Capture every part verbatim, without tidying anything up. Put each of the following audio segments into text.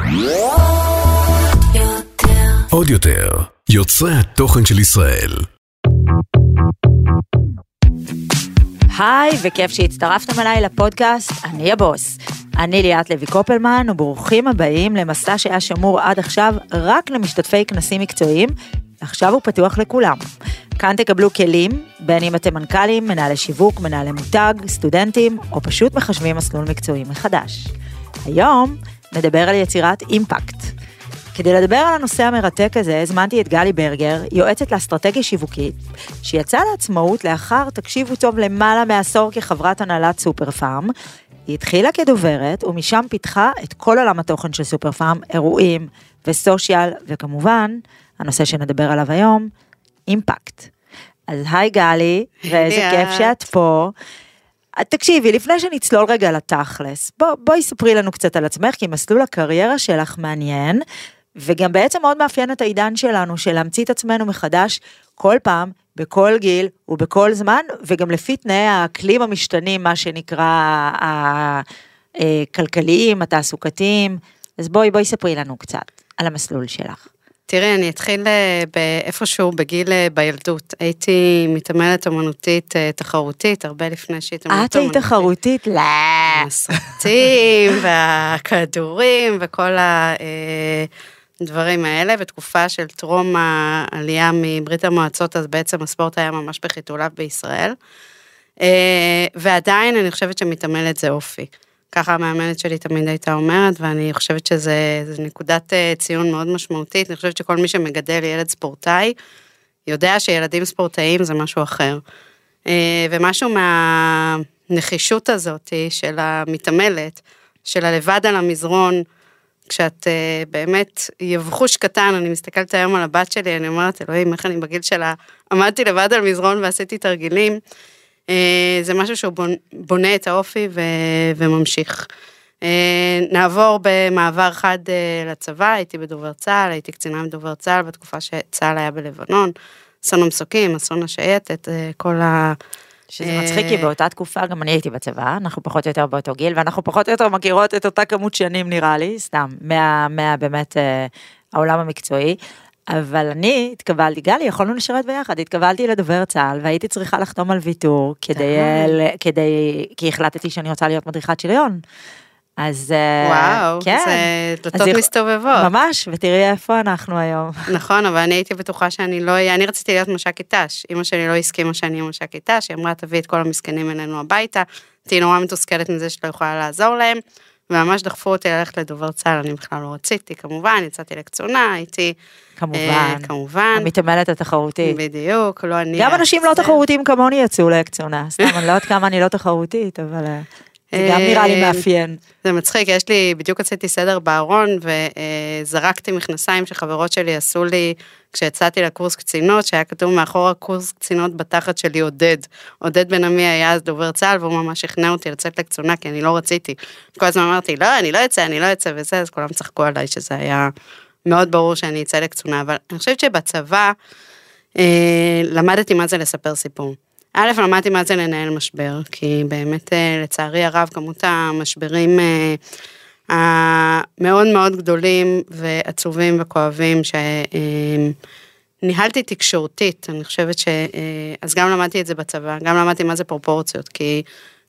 עוד יותר, יוצרי התוכן של ישראל. היי, וכיף שהצטרפתם אליי לפודקאסט, אני הבוס. אני ליאת לוי קופלמן, וברוכים הבאים למסע שהיה שמור עד עכשיו רק למשתתפי כנסים מקצועיים, עכשיו הוא פתוח לכולם. כאן תקבלו כלים, בין אם אתם מנכ"לים, מנהלי שיווק, מנהלי מותג, סטודנטים, או פשוט מחשבים מסלול מקצועי מחדש. היום נדבר על יצירת אימפקט. כדי לדבר על הנושא המרתק הזה, הזמנתי את גלי ברגר, יועצת לאסטרטגיה שיווקית, שיצאה לעצמאות לאחר, תקשיבו טוב, למעלה מעשור כחברת הנהלת סופר פארם. היא התחילה כדוברת, ומשם פיתחה את כל עולם התוכן של סופר פארם, אירועים וסושיאל, וכמובן, הנושא שנדבר עליו היום, אימפקט. אז היי גלי, ואיזה כיף שאת פה. תקשיבי, לפני שנצלול רגע לתכלס, בוא, בואי ספרי לנו קצת על עצמך, כי מסלול הקריירה שלך מעניין, וגם בעצם מאוד מאפיין את העידן שלנו, של להמציא את עצמנו מחדש כל פעם, בכל גיל ובכל זמן, וגם לפי תנאי האקלים המשתנים, מה שנקרא הכלכליים, התעסוקתיים. אז בואי, בואי ספרי לנו קצת על המסלול שלך. תראי, אני אתחיל באיפשהו בגיל בילדות. הייתי מתעמלת אומנותית תחרותית, הרבה לפני שהייתי אומנותית. את היית תחרותית? לא. הסרטים והכדורים וכל הדברים האלה, בתקופה של טרום העלייה מברית המועצות, אז בעצם הספורט היה ממש בחיתוליו בישראל. ועדיין אני חושבת שמתעמלת זה אופי. ככה המאמנת שלי תמיד הייתה אומרת, ואני חושבת שזה נקודת ציון מאוד משמעותית. אני חושבת שכל מי שמגדל ילד ספורטאי, יודע שילדים ספורטאים זה משהו אחר. ומשהו מהנחישות הזאת של המתעמלת, של הלבד על המזרון, כשאת באמת יבחוש קטן, אני מסתכלת היום על הבת שלי, אני אומרת, אלוהים, איך אני בגיל שלה, עמדתי לבד על מזרון ועשיתי תרגילים, זה משהו שהוא בונה את האופי וממשיך. נעבור במעבר חד לצבא, הייתי בדובר צה"ל, הייתי קצינה בדובר צה"ל, בתקופה שצה"ל היה בלבנון, אסון המסוקים, אסון השייטת, כל ה... שזה מצחיק, כי באותה תקופה גם אני הייתי בצבא, אנחנו פחות או יותר באותו גיל, ואנחנו פחות או יותר מכירות את אותה כמות שנים נראה לי, סתם, מה, מה באמת העולם המקצועי, אבל אני התקבלתי, גלי, יכולנו לשרת ביחד, התקבלתי לדובר צה"ל, והייתי צריכה לחתום על ויתור, כדי, כדי, כי החלטתי שאני רוצה להיות מדריכת שריון. אז, וואו, כן. זה דלתות מסתובבות. ממש, ותראי איפה אנחנו היום. נכון, אבל אני הייתי בטוחה שאני לא אהיה, אני רציתי להיות מש"קית ת"ש, אמא שלי לא הסכימה שאני אהיה מש"קית ת"ש, היא אמרה, תביא את כל המסכנים אלינו הביתה, תהי נורא מתוסכלת מזה שלא יכולה לעזור להם, וממש דחפו אותי ללכת לדובר צה"ל, אני בכלל לא רציתי, כמובן, יצאתי לקצונה, הייתי... כמובן, כמובן. המתעמלת התחרותית. בדיוק, לא אני... גם אנשים לא תחרותיים כמוני יצאו לקצונה, סתם, אני לא יודעת כמה אני לא תחרותית, אבל זה גם נראה לי מאפיין. זה מצחיק, יש לי, בדיוק עשיתי סדר בארון, וזרקתי מכנסיים שחברות שלי עשו לי, כשיצאתי לקורס קצינות, שהיה כתוב מאחור הקורס קצינות בתחת שלי עודד. עודד בן עמי היה אז דובר צה"ל, והוא ממש הכנע אותי לצאת לקצונה, כי אני לא רציתי. כל הזמן אמרתי, לא, אני לא אצא, אני לא אצא, וזה, אז כולם צחקו עליי, שזה היה מאוד ברור שאני אצא לקצונה, אבל אני חושבת שבצבא, אה, למדתי מה זה לספר סיפור. א', למדתי מה זה לנהל משבר, כי באמת, לצערי הרב, כמות המשברים המאוד מאוד גדולים ועצובים וכואבים, שניהלתי תקשורתית, אני חושבת ש... אז גם למדתי את זה בצבא, גם למדתי מה זה פרופורציות, כי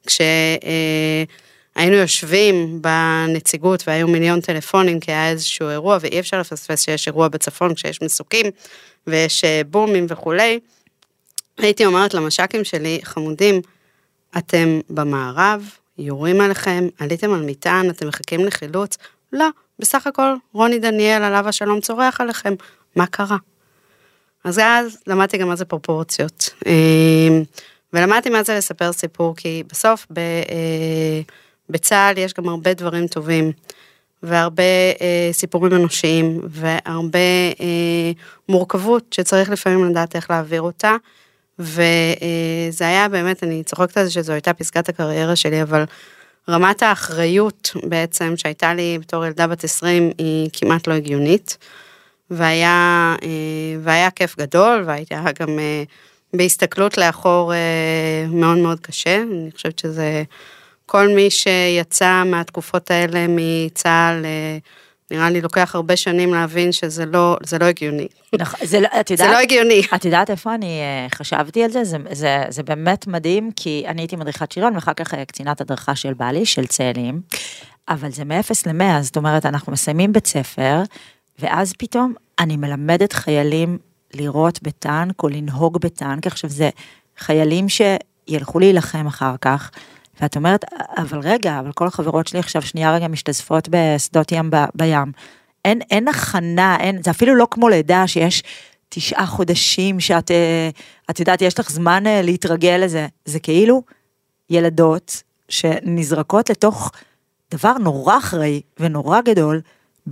כשהיינו יושבים בנציגות, והיו מיליון טלפונים, כי היה איזשהו אירוע, ואי אפשר לפספס שיש אירוע בצפון, כשיש מסוקים, ויש בומים וכולי, הייתי אומרת למש"קים שלי, חמודים, אתם במערב, יורים עליכם, עליתם על מטען, אתם מחכים לחילוץ, לא, בסך הכל רוני דניאל עליו השלום צורח עליכם, מה קרה? אז אז למדתי גם מה זה פרופורציות, ולמדתי מה זה לספר סיפור, כי בסוף בצה"ל יש גם הרבה דברים טובים, והרבה סיפורים אנושיים, והרבה מורכבות שצריך לפעמים לדעת איך להעביר אותה, וזה היה באמת, אני צוחקת על זה שזו הייתה פסקת הקריירה שלי, אבל רמת האחריות בעצם שהייתה לי בתור ילדה בת עשרים היא כמעט לא הגיונית, והיה, והיה כיף גדול, והייתה גם בהסתכלות לאחור מאוד מאוד קשה, אני חושבת שזה כל מי שיצא מהתקופות האלה מצה"ל, נראה לי לוקח הרבה שנים להבין שזה לא, זה לא הגיוני. זה, את יודעת, זה לא הגיוני. את יודעת איפה אני חשבתי על זה? זה, זה, זה באמת מדהים, כי אני הייתי מדריכת שריון, ואחר כך קצינת הדרכה של בעלי, של צאלים, אבל זה מאפס למאה, זאת אומרת, אנחנו מסיימים בית ספר, ואז פתאום אני מלמדת חיילים לראות בטנק, או לנהוג בטנק, עכשיו זה חיילים שילכו להילחם אחר כך, ואת אומרת, אבל רגע, אבל כל החברות שלי עכשיו שנייה רגע משתזפות בשדות ים ב, בים. אין, אין הכנה, אין, זה אפילו לא כמו לידה שיש תשעה חודשים שאת, את יודעת, יש לך זמן להתרגל לזה. זה כאילו ילדות שנזרקות לתוך דבר נורא אחראי ונורא גדול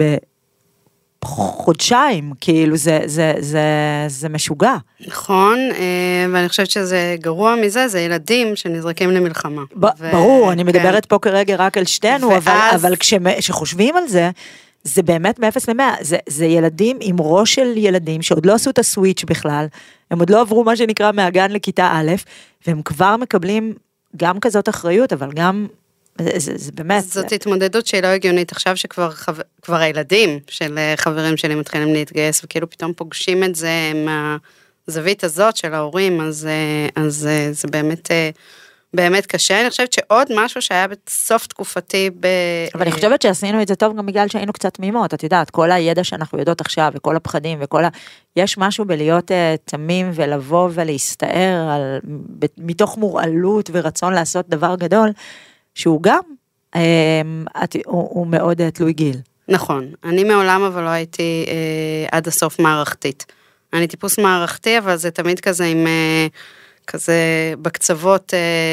בחודשיים, כאילו זה, זה, זה, זה משוגע. נכון, ואני חושבת שזה גרוע מזה, זה ילדים שנזרקים למלחמה. ברור, אני מדברת פה כרגע רק על שתינו, אבל כשחושבים על זה, זה באמת מאפס למאה, זה, זה ילדים עם ראש של ילדים, שעוד לא עשו את הסוויץ' בכלל, הם עוד לא עברו מה שנקרא מהגן לכיתה א', והם כבר מקבלים גם כזאת אחריות, אבל גם, זה, זה, זה באמת. זאת זה... התמודדות שהיא לא הגיונית, עכשיו שכבר חבר, כבר הילדים של חברים שלי מתחילים להתגייס, וכאילו פתאום פוגשים את זה מהזווית הזאת של ההורים, אז, אז זה באמת... באמת קשה, אני חושבת שעוד משהו שהיה בסוף תקופתי ב... אבל אני חושבת שעשינו את זה טוב גם בגלל שהיינו קצת תמימות, את יודעת, כל הידע שאנחנו יודעות עכשיו, וכל הפחדים, וכל ה... יש משהו בלהיות uh, תמים, ולבוא ולהסתער, על... מתוך מורעלות ורצון לעשות דבר גדול, שהוא גם, uh, את... הוא, הוא מאוד uh, תלוי גיל. נכון, אני מעולם אבל לא הייתי uh, עד הסוף מערכתית. אני טיפוס מערכתי, אבל זה תמיד כזה עם... Uh, כזה בקצוות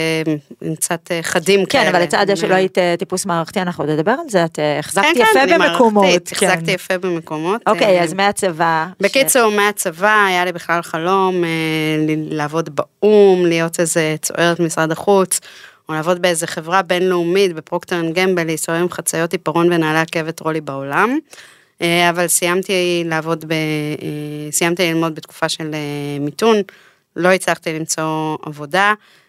עם קצת חדים כאלה. כן, אבל לצד זה שלא היית טיפוס מערכתי, אנחנו עוד נדבר על זה, את החזקתי יפה במקומות. החזקתי יפה במקומות. אוקיי, אז מהצבא. בקיצור, מהצבא היה לי בכלל חלום לעבוד באום, להיות איזה צוערת משרד החוץ, או לעבוד באיזה חברה בינלאומית, בפרוקטר אנד גמבל, להסתובב עם חציות עיפרון ונעלי עקבת טרולי בעולם. אבל סיימתי לעבוד, סיימתי ללמוד בתקופה של מיתון, לא הצלחתי למצוא עבודה.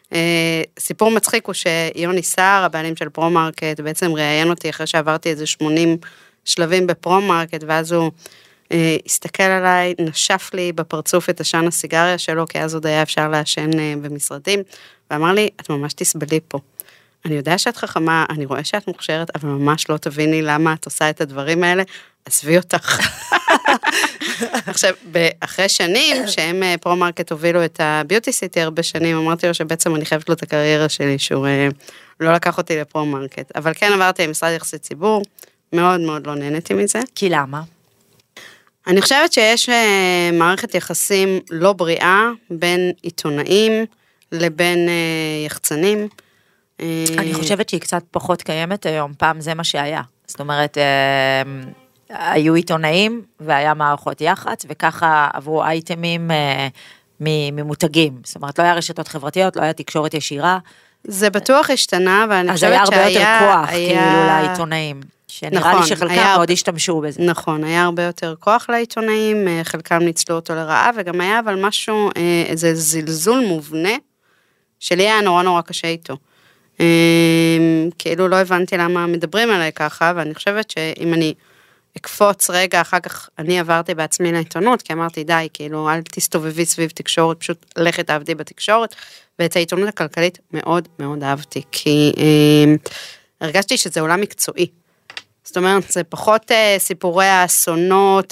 סיפור מצחיק הוא שיוני סער, הבעלים של פרו-מרקט, בעצם ראיין אותי אחרי שעברתי איזה שמונים שלבים בפרו-מרקט, ואז הוא הסתכל עליי, נשף לי בפרצוף את השן הסיגריה שלו, כי אז עוד היה אפשר לעשן במשרדים, ואמר לי, את ממש תסבלי פה. אני יודע שאת חכמה, אני רואה שאת מוכשרת, אבל ממש לא תביני למה את עושה את הדברים האלה, עזבי אותך. עכשיו, אחרי שנים, שהם פרו-מרקט הובילו את הביוטי סיטי הרבה שנים, אמרתי לו שבעצם אני חייבת לו את הקריירה שלי, שהוא לא לקח אותי לפרו-מרקט, אבל כן עברתי למשרד יחסי ציבור, מאוד מאוד לא נהניתי מזה. כי למה? אני חושבת שיש מערכת יחסים לא בריאה, בין עיתונאים לבין יחצנים. אני חושבת שהיא קצת פחות קיימת היום, פעם זה מה שהיה. זאת אומרת, היו עיתונאים והיה מערכות יח"צ, וככה עברו אייטמים ממותגים. זאת אומרת, לא היה רשתות חברתיות, לא היה תקשורת ישירה. זה בטוח השתנה, ואני חושבת שהיה... אז היה הרבה יותר כוח, כאילו, לעיתונאים. שנראה לי שחלקם מאוד השתמשו בזה. נכון, היה הרבה יותר כוח לעיתונאים, חלקם ניצלו אותו לרעה, וגם היה אבל משהו, איזה זלזול מובנה, שלי היה נורא נורא קשה איתו. כאילו לא הבנתי למה מדברים עליי ככה, ואני חושבת שאם אני אקפוץ רגע, אחר כך אני עברתי בעצמי לעיתונות, כי אמרתי די, כאילו אל תסתובבי סביב תקשורת, פשוט לכת עבדי בתקשורת, ואת העיתונות הכלכלית מאוד מאוד אהבתי, כי הרגשתי שזה עולם מקצועי. זאת אומרת, זה פחות סיפורי האסונות,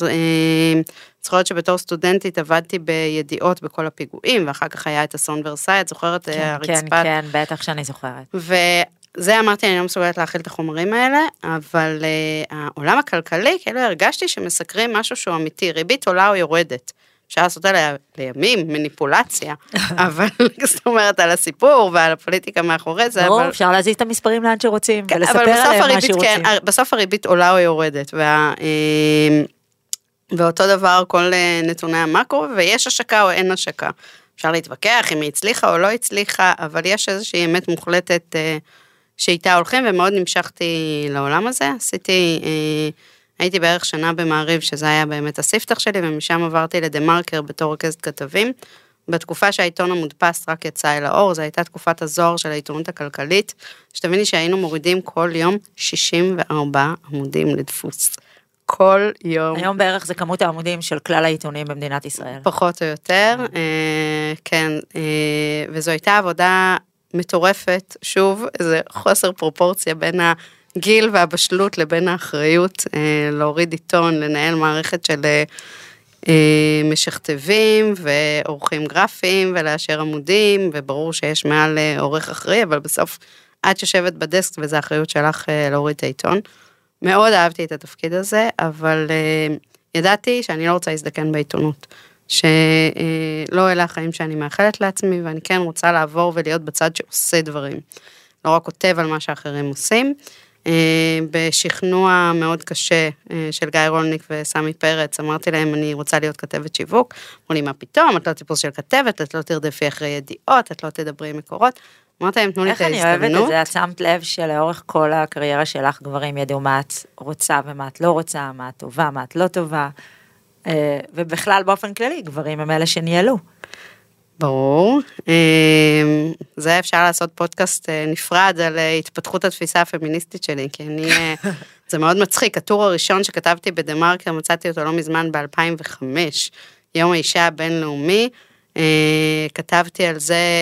זוכרת שבתור סטודנטית עבדתי בידיעות בכל הפיגועים, ואחר כך היה את אסון ורסאי, את זוכרת הרצפת? כן, כן, בטח שאני זוכרת. וזה אמרתי, אני לא מסוגלת להכיל את החומרים האלה, אבל העולם הכלכלי, כאילו הרגשתי שמסקרים משהו שהוא אמיתי, ריבית עולה או יורדת. אפשר לעשות עליה לימים, מניפולציה, אבל זאת אומרת על הסיפור ועל הפוליטיקה מאחורי זה. ברור, אפשר להזיז את המספרים לאן שרוצים, ולספר עליהם מה שרוצים. בסוף הריבית עולה או יורדת, ואותו דבר כל נתוני המקרו, ויש השקה או אין השקה. אפשר להתווכח אם היא הצליחה או לא הצליחה, אבל יש איזושהי אמת מוחלטת שאיתה הולכים, ומאוד נמשכתי לעולם הזה. עשיתי... הייתי בערך שנה במעריב, שזה היה באמת הספתח שלי, ומשם עברתי לדה-מרקר בתור רכזת כתבים, בתקופה שהעיתון המודפס רק יצא אל האור, זו הייתה תקופת הזוהר של העיתונות הכלכלית, שתביני שהיינו מורידים כל יום שישים וארבעה עמודים לדפוס. כל יום. היום בערך זה כמות העמודים של כלל העיתונים במדינת ישראל. פחות או יותר, כן, וזו הייתה עבודה מטורפת, שוב, איזה חוסר פרופורציה בין הגיל והבשלות לבין האחריות, להוריד עיתון, לנהל מערכת של משכתבים ועורכים גרפיים ולאשר עמודים, וברור שיש מעל עורך אחראי, אבל בסוף את יושבת בדסק וזה האחריות שלך להוריד את העיתון. מאוד אהבתי את התפקיד הזה, אבל ידעתי שאני לא רוצה להזדקן בעיתונות, שלא אלה החיים שאני מאחלת לעצמי, ואני כן רוצה לעבור ולהיות בצד שעושה דברים. לא רק כותב על מה שאחרים עושים, בשכנוע מאוד קשה של גיא רולניק וסמי פרץ, אמרתי להם, אני רוצה להיות כתבת שיווק, אמרו לי, מה פתאום, את לא טיפוס של כתבת, את לא תרדפי אחרי ידיעות, את לא תדברי מקורות, אמרתי להם, תנו לי את ההזדמנות. איך אני אוהבת את זה, את שמת לב שלאורך כל הקריירה שלך, גברים ידעו מה את רוצה ומה את לא רוצה, מה את טובה, מה את לא טובה, ובכלל באופן כללי, גברים הם אלה שניהלו. ברור, זה אפשר לעשות פודקאסט נפרד על התפתחות התפיסה הפמיניסטית שלי, כי אני, זה מאוד מצחיק, הטור הראשון שכתבתי בדמרקר, מצאתי אותו לא מזמן ב-אלפיים וחמש, יום האישה הבינלאומי, כתבתי על זה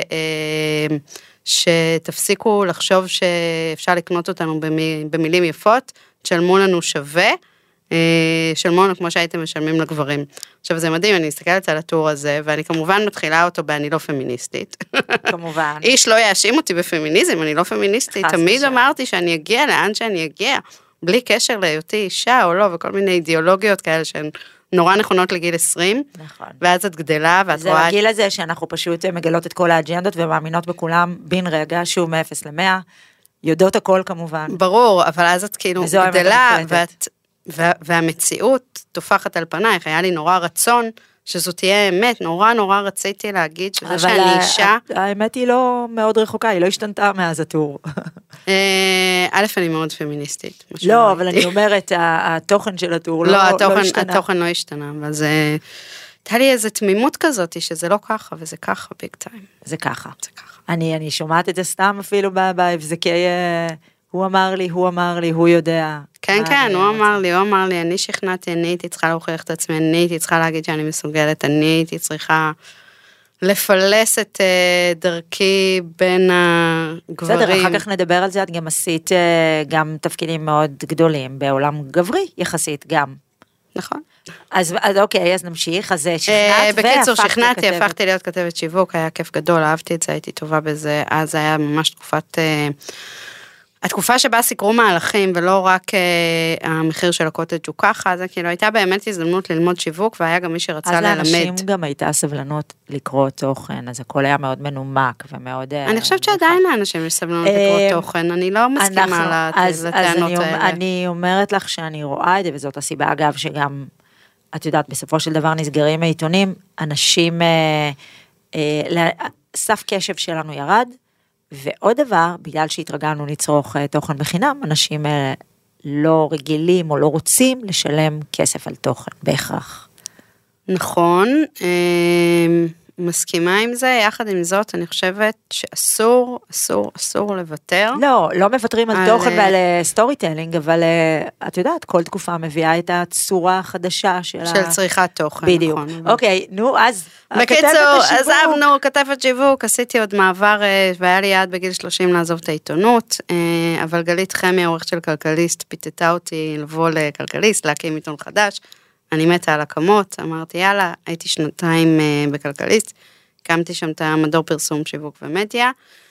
שתפסיקו לחשוב שאפשר לקנות אותנו במילים יפות, תשלמו לנו שווה, שלמו לנו כמו שהייתם משלמים לגברים. עכשיו זה מדהים, אני מסתכלת על הטור הזה, ואני כמובן מתחילה אותו באני לא פמיניסטית. כמובן. איש לא יאשים אותי בפמיניזם, אני לא פמיניסטית, תמיד אמרתי שאני אגיע לאן שאני אגיע, בלי קשר להיותי אישה או לא, וכל מיני אידיאולוגיות כאלה שהן נורא נכונות לגיל עשרים, נכון. ואז את גדלה, ואת זה רואה... זה הגיל הזה שאנחנו פשוט מגלות את כל האג'נדות, ומאמינות בכולם בין רגע, שוב מ-אפס למאה, יודעות הכל כמובן. ברור, אבל אז את כאילו גדלה, ואת... והמציאות תופחת על פנייך, היה לי נורא רצון שזאת תהיה אמת, נורא נורא רציתי להגיד שזה שאני אישה. האמת היא לא מאוד רחוקה, היא לא השתנתה מאז הטור. א', אני מאוד פמיניסטית. לא, אבל אני אומרת, התוכן של הטור לא השתנה. התוכן לא השתנה, אבל זה, הייתה לי איזו תמימות כזאת, שזה לא ככה, וזה ככה ביג טיים. זה ככה. זה ככה. אני שומעת את זה סתם אפילו בהבזקי... הוא אמר לי, הוא אמר לי, הוא יודע. כן, כן, הוא אמר לי, הוא אמר לי, אני שכנעתי, אני הייתי צריכה להוכיח את עצמי, אני הייתי צריכה להגיד שאני מסוגלת, אני הייתי צריכה לפלס את דרכי בין הגברים. בסדר, אחר כך נדבר על זה, את גם עשית גם תפקידים מאוד גדולים, בעולם גברי יחסית גם. נכון. אז אוקיי, אז נמשיך, אז שכנעת בקיצור, שכנעתי, הפכתי להיות כתבת שיווק, היה כיף גדול, אהבתי את זה, הייתי טובה בזה, אז היה ממש תקופת... התקופה שבה סיקרו מהלכים, ולא רק uh, המחיר של הקוטג' הוא ככה, זה כאילו הייתה באמת הזדמנות ללמוד שיווק, והיה גם מי שרצה ללמד. אז לאנשים גם הייתה סבלנות לקרוא תוכן, אז הכל היה מאוד מנומק ומאוד... אני חושבת שעדיין לאנשים יש סבלנות לקרוא תוכן, אני לא מסכימה לטענות האלה. אני אומרת לך שאני רואה את זה, וזאת הסיבה אגב, שגם, את יודעת, בסופו של דבר נסגרים העיתונים, אנשים, סף קשב שלנו ירד, ועוד דבר, בגלל שהתרגלנו לצרוך תוכן בחינם, אנשים לא רגילים או לא רוצים לשלם כסף על תוכן, בהכרח. נכון, מסכימה עם זה, יחד עם זאת, אני חושבת שאסור, אסור, אסור לוותר. לא, לא מוותרים על תוכן ועל סטורי טיילינג, אבל את יודעת, כל תקופה מביאה את הצורה החדשה של של צריכת תוכן. בדיוק. אוקיי, נו, אז... בקיצור, עזבנו, כתבת שיווק, עשיתי עוד מעבר, והיה לי יעד בגיל שלושים לעזוב את העיתונות, אבל גלית חמי, העורכת של כלכליסט, פיתתה אותי לבוא לכלכליסט, להקים עיתון חדש, אני מתה על הקמות, אמרתי יאללה, הייתי שנתיים בכלכליסט, הקמתי שם את המדור פרסום שיווק ומדיה,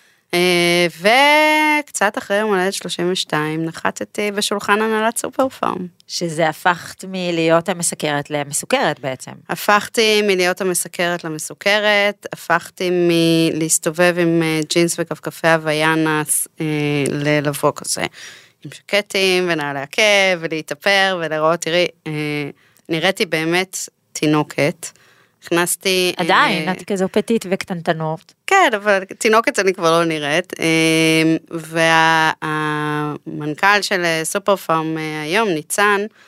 וקצת אחרי יום הולדת שלושים ושתיים, נחתתי בשולחן הנהלת סופר פארם. שזה הפכת מלהיות המסקרת למסוקרת בעצם. הפכתי מלהיות המסקרת למסוקרת, הפכתי מלהסתובב עם ג'ינס וכפכפי הוויאנס ללבוא כזה, עם שקטים ונעלי עקב ולהתאפר ולראות, תראי, נראיתי באמת תינוקת, הכנסתי... עדיין, את כזו פטית וקטנטנות. כן, אבל תינוקת אני כבר לא נראית, והמנכ"ל של סופר פארם היום, ניצן,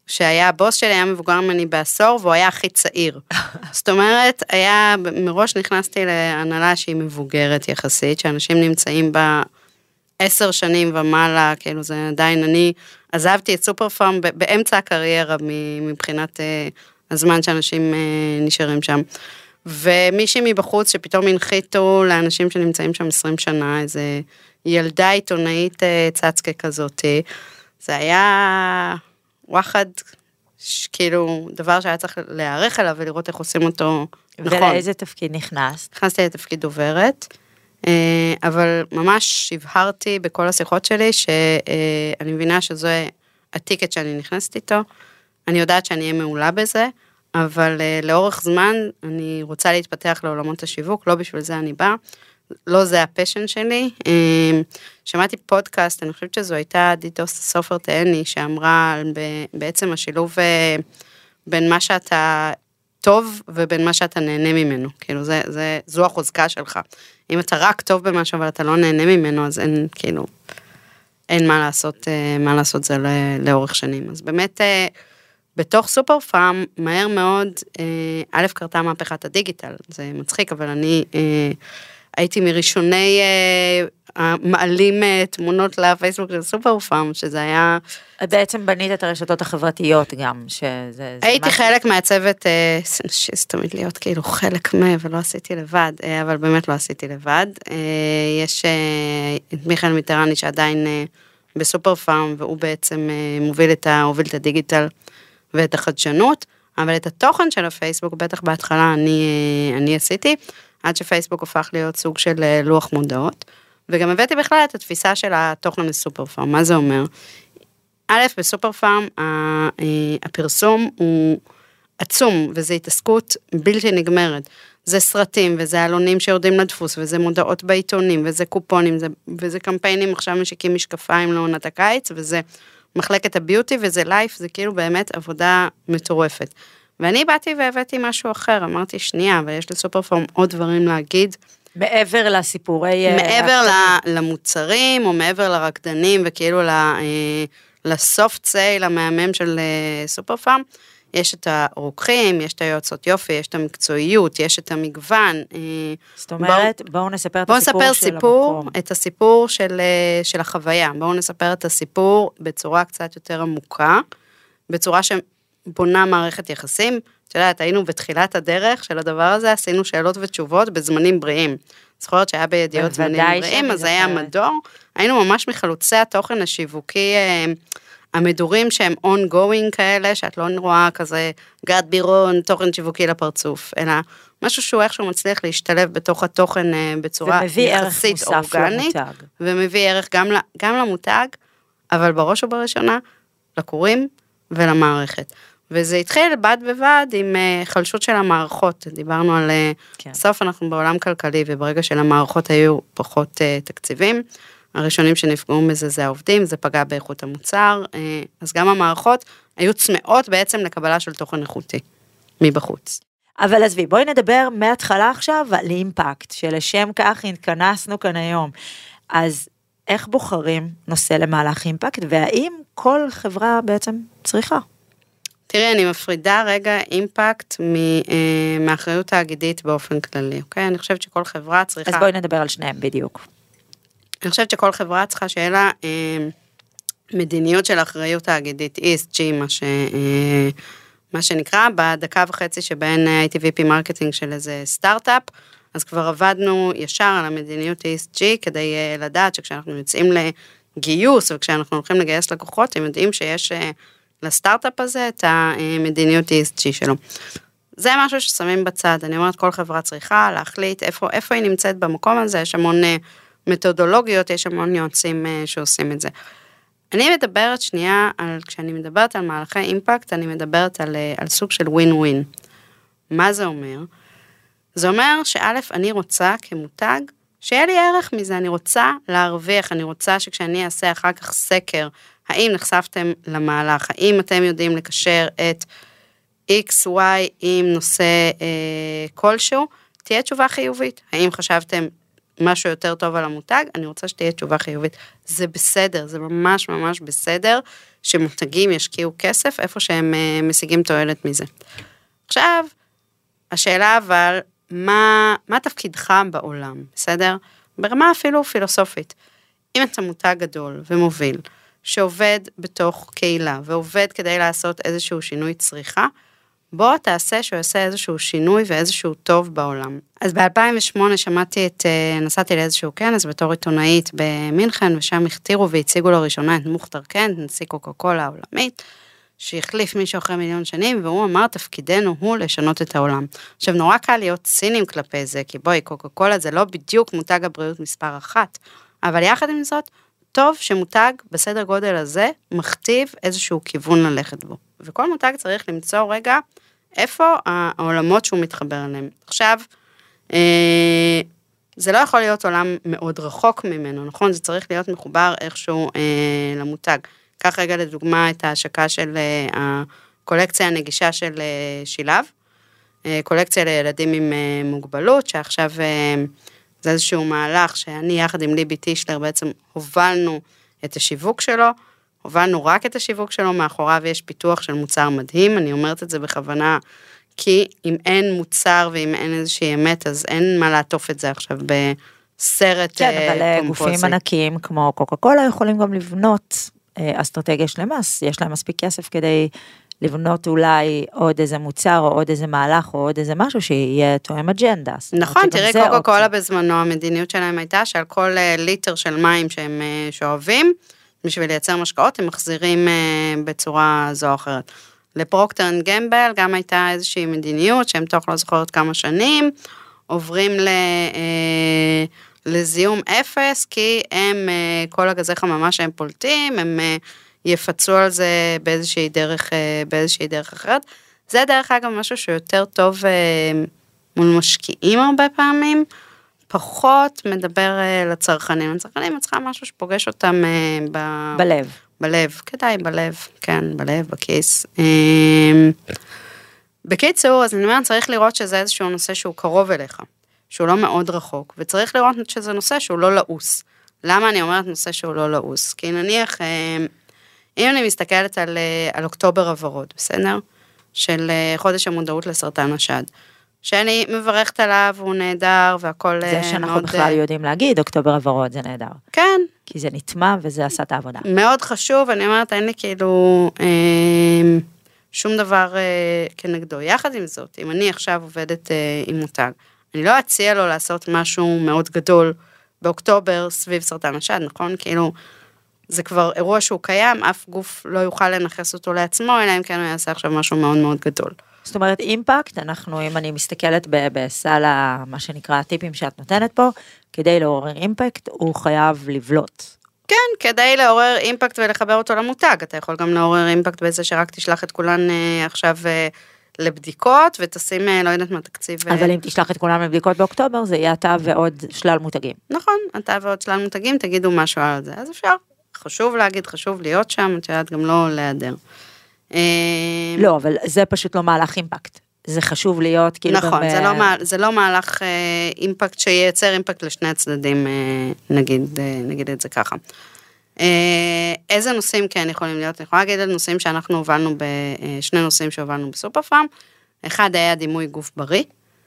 שהיה הבוס שלי, היה מבוגר ממני בעשור, והוא היה הכי צעיר. זאת אומרת, היה, מראש נכנסתי להנהלה שהיא מבוגרת יחסית, שאנשים נמצאים בה עשר שנים ומעלה, כאילו זה עדיין, אני עזבתי את סופר פארם באמצע הקריירה, מבחינת הזמן שאנשים נשארים שם. ומישהי מבחוץ שפתאום הנחיתו לאנשים שנמצאים שם עשרים שנה, איזה ילדה עיתונאית צצקה כזאת, זה היה וואחד, כאילו, דבר שהיה צריך להיערך עליו ולראות איך עושים אותו נכון. ולאיזה תפקיד נכנסת? נכנסתי לתפקיד דוברת, אבל ממש הבהרתי בכל השיחות שלי, שאני מבינה שזה הטיקט שאני נכנסת איתו, אני יודעת שאני אהיה מעולה בזה, אבל לאורך זמן אני רוצה להתפתח לעולמות השיווק, לא בשביל זה אני באה, לא זה הפשן שלי. שמעתי פודקאסט, אני חושבת שזו הייתה דיטוס סופר תהני, שאמרה בעצם השילוב בין מה שאתה טוב ובין מה שאתה נהנה ממנו. כאילו זה, זה, זו החוזקה שלך. אם אתה רק טוב במשהו, אבל אתה לא נהנה ממנו, אז אין, כאילו, אין מה לעשות, מה לעשות זה לאורך שנים. אז באמת, בתוך סופר פארם, מהר מאוד, א' קרתה מהפכת הדיגיטל. זה מצחיק, אבל אני הייתי מראשוני מעלים תמונות לפייסבוק של סופר פארם, שזה היה... בעצם בנית את הרשתות החברתיות גם, שזה... הייתי חלק מהצוות, שזה תמיד להיות כאילו חלק מה, ולא עשיתי לבד, אבל באמת לא עשיתי לבד. יש את מיכאל מיטרני שעדיין בסופר פארם, והוא בעצם מוביל את הדיגיטל ואת החדשנות, אבל את התוכן של הפייסבוק, בטח בהתחלה אני, אני עשיתי, עד שפייסבוק הפך להיות סוג של לוח מודעות, וגם הבאתי בכלל את התפיסה של התוכן בסופר פארם. מה זה אומר? א', בסופר פארם, הפרסום הוא עצום, וזו התעסקות בלתי נגמרת. זה סרטים, וזה אלונים שיורדים לדפוס, וזה מודעות בעיתונים, וזה קופונים, וזה קמפיינים, עכשיו משיקים משקפיים לעונת הקיץ, וזה מחלקת הביוטי, וזה לייף, זה כאילו באמת עבודה מטורפת. ואני באתי והבאתי משהו אחר, אמרתי, שנייה, אבל יש לסופר פארם עוד דברים להגיד. מעבר לסיפורי... מעבר למוצרים, או מעבר לרקדנים, וכאילו לסופט סייל המהמם של סופר פארם, יש את הרוקחים, יש את היועצות יופי, יש את המקצועיות, יש את המגוון. זאת אומרת, בואו, בואו נספר את בואו הסיפור נספר של סיפור, המקום. את הסיפור של, של החוויה. בואו נספר את הסיפור בצורה קצת יותר עמוקה, בצורה שבונה מערכת יחסים. את יודעת, היינו בתחילת הדרך של הדבר הזה, עשינו שאלות ותשובות בזמנים בריאים. זכורת שהיה בידיעות זמנים בריאים, אז היה מדור. היינו ממש מחלוצי התוכן השיווקי, המדורים שהם ongoing כאלה, שאת לא רואה כזה גד בירון, תוכן שיווקי לפרצוף, אלא משהו שהוא איכשהו מצליח להשתלב בתוך התוכן בצורה יחסית אורגנית, ומביא ערך גם, גם למותג, אבל בראש ובראשונה, לקוראים ולמערכת. וזה התחיל בד בבד עם חלשות של המערכות, דיברנו על כן. סוף אנחנו בעולם כלכלי, וברגע של המערכות היו פחות תקציבים, הראשונים שנפגעו מזה זה העובדים, זה פגע באיכות המוצר, אז גם המערכות היו צמאות בעצם לקבלה של תוכן איכותי, מבחוץ. אבל עזבי, בואי נדבר מההתחלה עכשיו על אימפקט, שלשם כך התכנסנו כאן היום. אז איך בוחרים נושא למהלך אימפקט, והאם כל חברה בעצם צריכה? תראי, אני מפרידה רגע אימפקט מאחריות תאגידית באופן כללי, אוקיי? אני חושבת שכל חברה צריכה... אז בואי נדבר על שניהם בדיוק. אני חושבת שכל חברה צריכה שיהיה לה אה, מדיניות של אחריות תאגידית, אי אס ג'י, מה, ש, אה, מה שנקרא, בדקה וחצי שבין הייתי וי פי מרקטינג של איזה סטארט-אפ, אז כבר עבדנו ישר על המדיניות אי אס ג'י, כדי אה, לדעת שכשאנחנו יוצאים לגיוס, וכשאנחנו הולכים לגייס לקוחות, הם יודעים שיש אה, לסטארט-אפ הזה את המדיניות אי אס ג'י שלו. זה משהו ששמים בצד, אני אומרת, כל חברה צריכה להחליט איפה, איפה היא נמצאת במקום הזה, יש המון... אה, מתודולוגיות, יש המון יועצים שעושים את זה. אני מדברת שנייה, על, כשאני מדברת על מהלכי אימפקט, אני מדברת על, על סוג של ווין ווין. מה זה אומר? זה אומר שא', אני רוצה כמותג, שיהיה לי ערך מזה, אני רוצה להרוויח, אני רוצה שכשאני אעשה אחר כך סקר, האם נחשפתם למהלך, האם אתם יודעים לקשר את X, Y עם נושא אה, כלשהו, תהיה תשובה חיובית. האם חשבתם משהו יותר טוב על המותג, אני רוצה שתהיה תשובה חיובית. זה בסדר, זה ממש ממש בסדר, שמותגים ישקיעו כסף, איפה שהם משיגים תועלת מזה. עכשיו, השאלה אבל, מה, מה תפקידך בעולם, בסדר? ברמה אפילו פילוסופית. אם אתה מותג גדול ומוביל, שעובד בתוך קהילה, ועובד כדי לעשות איזשהו שינוי צריכה, בוא תעשה שהוא יעשה איזשהו שינוי ואיזשהו טוב בעולם. אז ב-אלפיים ושמונה שמעתי את, נסעתי לאיזשהו כנס בתור עיתונאית במינכן, ושם הכתירו והציגו לראשונה את מוכתר קנט, נשיא קוקה קולה העולמית, שהחליף מישהו אחרי מיליון שנים, והוא אמר, תפקידנו הוא לשנות את העולם. עכשיו, נורא קל להיות צינים כלפי זה, כי בואי, קוקה קולה זה לא בדיוק מותג הבריאות מספר אחת, אבל יחד עם זאת, טוב שמותג בסדר גודל הזה, מכתיב איזשהו כיוון ללכת בו. וכל מותג צריך למצוא רגע, איפה העולמות שהוא מתחבר אליהם. עכשיו, אה, זה לא יכול להיות עולם מאוד רחוק ממנו, נכון? זה צריך להיות מחובר איכשהו אה, למותג. קח רגע לדוגמה את ההשקה של אה, הקולקציה הנגישה של אה, שילב, אה, קולקציה לילדים עם אה, מוגבלות, שעכשיו אה, זה איזשהו מהלך שאני יחד עם ליבי טישלר בעצם הובלנו את השיווק שלו, הובלנו רק את השיווק שלו, מאחוריו יש פיתוח של מוצר מדהים, אני אומרת את זה בכוונה, כי אם אין מוצר ואם אין איזושהי אמת, אז אין מה לעטוף את זה עכשיו בסרט כן, אבל פומפוזי. גופים ענקיים כמו קוקה קולה יכולים גם לבנות אסטרטגיה שלמה, יש להם מספיק כסף כדי לבנות אולי עוד איזה מוצר, או עוד איזה מהלך, או עוד איזה משהו שיהיה תואם אג'נדה. נכון, תראי קוקה קולה בזמנו, המדיניות שלהם הייתה שעל כל ליטר של מים שהם שואבים, בשביל לייצר משקאות, הם מחזירים בצורה זו או אחרת. לפרוקטר אנד גמבל גם הייתה איזושהי מדיניות, שהם תוך לא זוכרת כמה שנים, עוברים ל... לזיהום אפס, כי הם, כל הגזי חממה שהם פולטים, הם יפצו על זה באיזושהי דרך, באיזושהי דרך אחרת. זה דרך אגב משהו שיותר טוב מול משקיעים הרבה פעמים, פחות מדבר לצרכנים. לצרכנים צריכה משהו שפוגש אותם ב... בלב. בלב, כדאי בלב, כן, בלב, בכיס. בקיצור, אז אני אומרת, צריך לראות שזה איזשהו נושא שהוא קרוב אליך, שהוא לא מאוד רחוק, וצריך לראות שזה נושא שהוא לא לעוס. למה אני אומרת נושא שהוא לא לעוס? כי נניח, אם אני מסתכלת על, על אוקטובר הוורוד, בסדר? של חודש המודעות לסרטן השד. שאני מברכת עליו, הוא נהדר, והכל זה שאנחנו מאוד... בכלל יודעים להגיד, אוקטובר הוורוד זה נהדר. כן. כי זה נטמע וזה עשה את העבודה. מאוד חשוב, אני אומרת, אין לי כאילו אה, שום דבר אה, כנגדו. יחד עם זאת, אם אני עכשיו עובדת אה, עם מותג, אני לא אציע לו לעשות משהו מאוד גדול באוקטובר סביב סרטן השד, נכון? כאילו, זה כבר אירוע שהוא קיים, אף גוף לא יוכל לנחס אותו לעצמו, אלא אם כן הוא יעשה עכשיו משהו מאוד מאוד גדול. זאת אומרת, אימפקט, אנחנו, אם אני מסתכלת בסל, מה שנקרא, הטיפים שאת נותנת פה, כדי לעורר אימפקט, הוא חייב לבלוט. כן, כדי לעורר אימפקט ולחבר אותו למותג, אתה יכול גם לעורר אימפקט בזה שרק תשלח את כולן עכשיו לבדיקות, ותשים, לא יודעת מה, תקציב. אבל אם תשלח את כולן לבדיקות באוקטובר, זה יהיה אתה ועוד שלל מותגים. נכון, אתה ועוד שלל מותגים, תגידו משהו על זה, אז אפשר, חשוב להגיד, חשוב להיות שם, את יודעת גם לא להיעדר. לא, אבל זה פשוט לא מהלך אימפקט. זה חשוב להיות כאילו... נכון, זה לא, זה לא מהלך אימפקט שייצר אימפקט לשני הצדדים, נגיד, נגיד את זה ככה. איזה נושאים כן יכולים להיות? אני יכולה להגיד על נושאים שאנחנו הובלנו, שני נושאים שהובלנו בסופר פארם. אחד היה דימוי גוף בריא,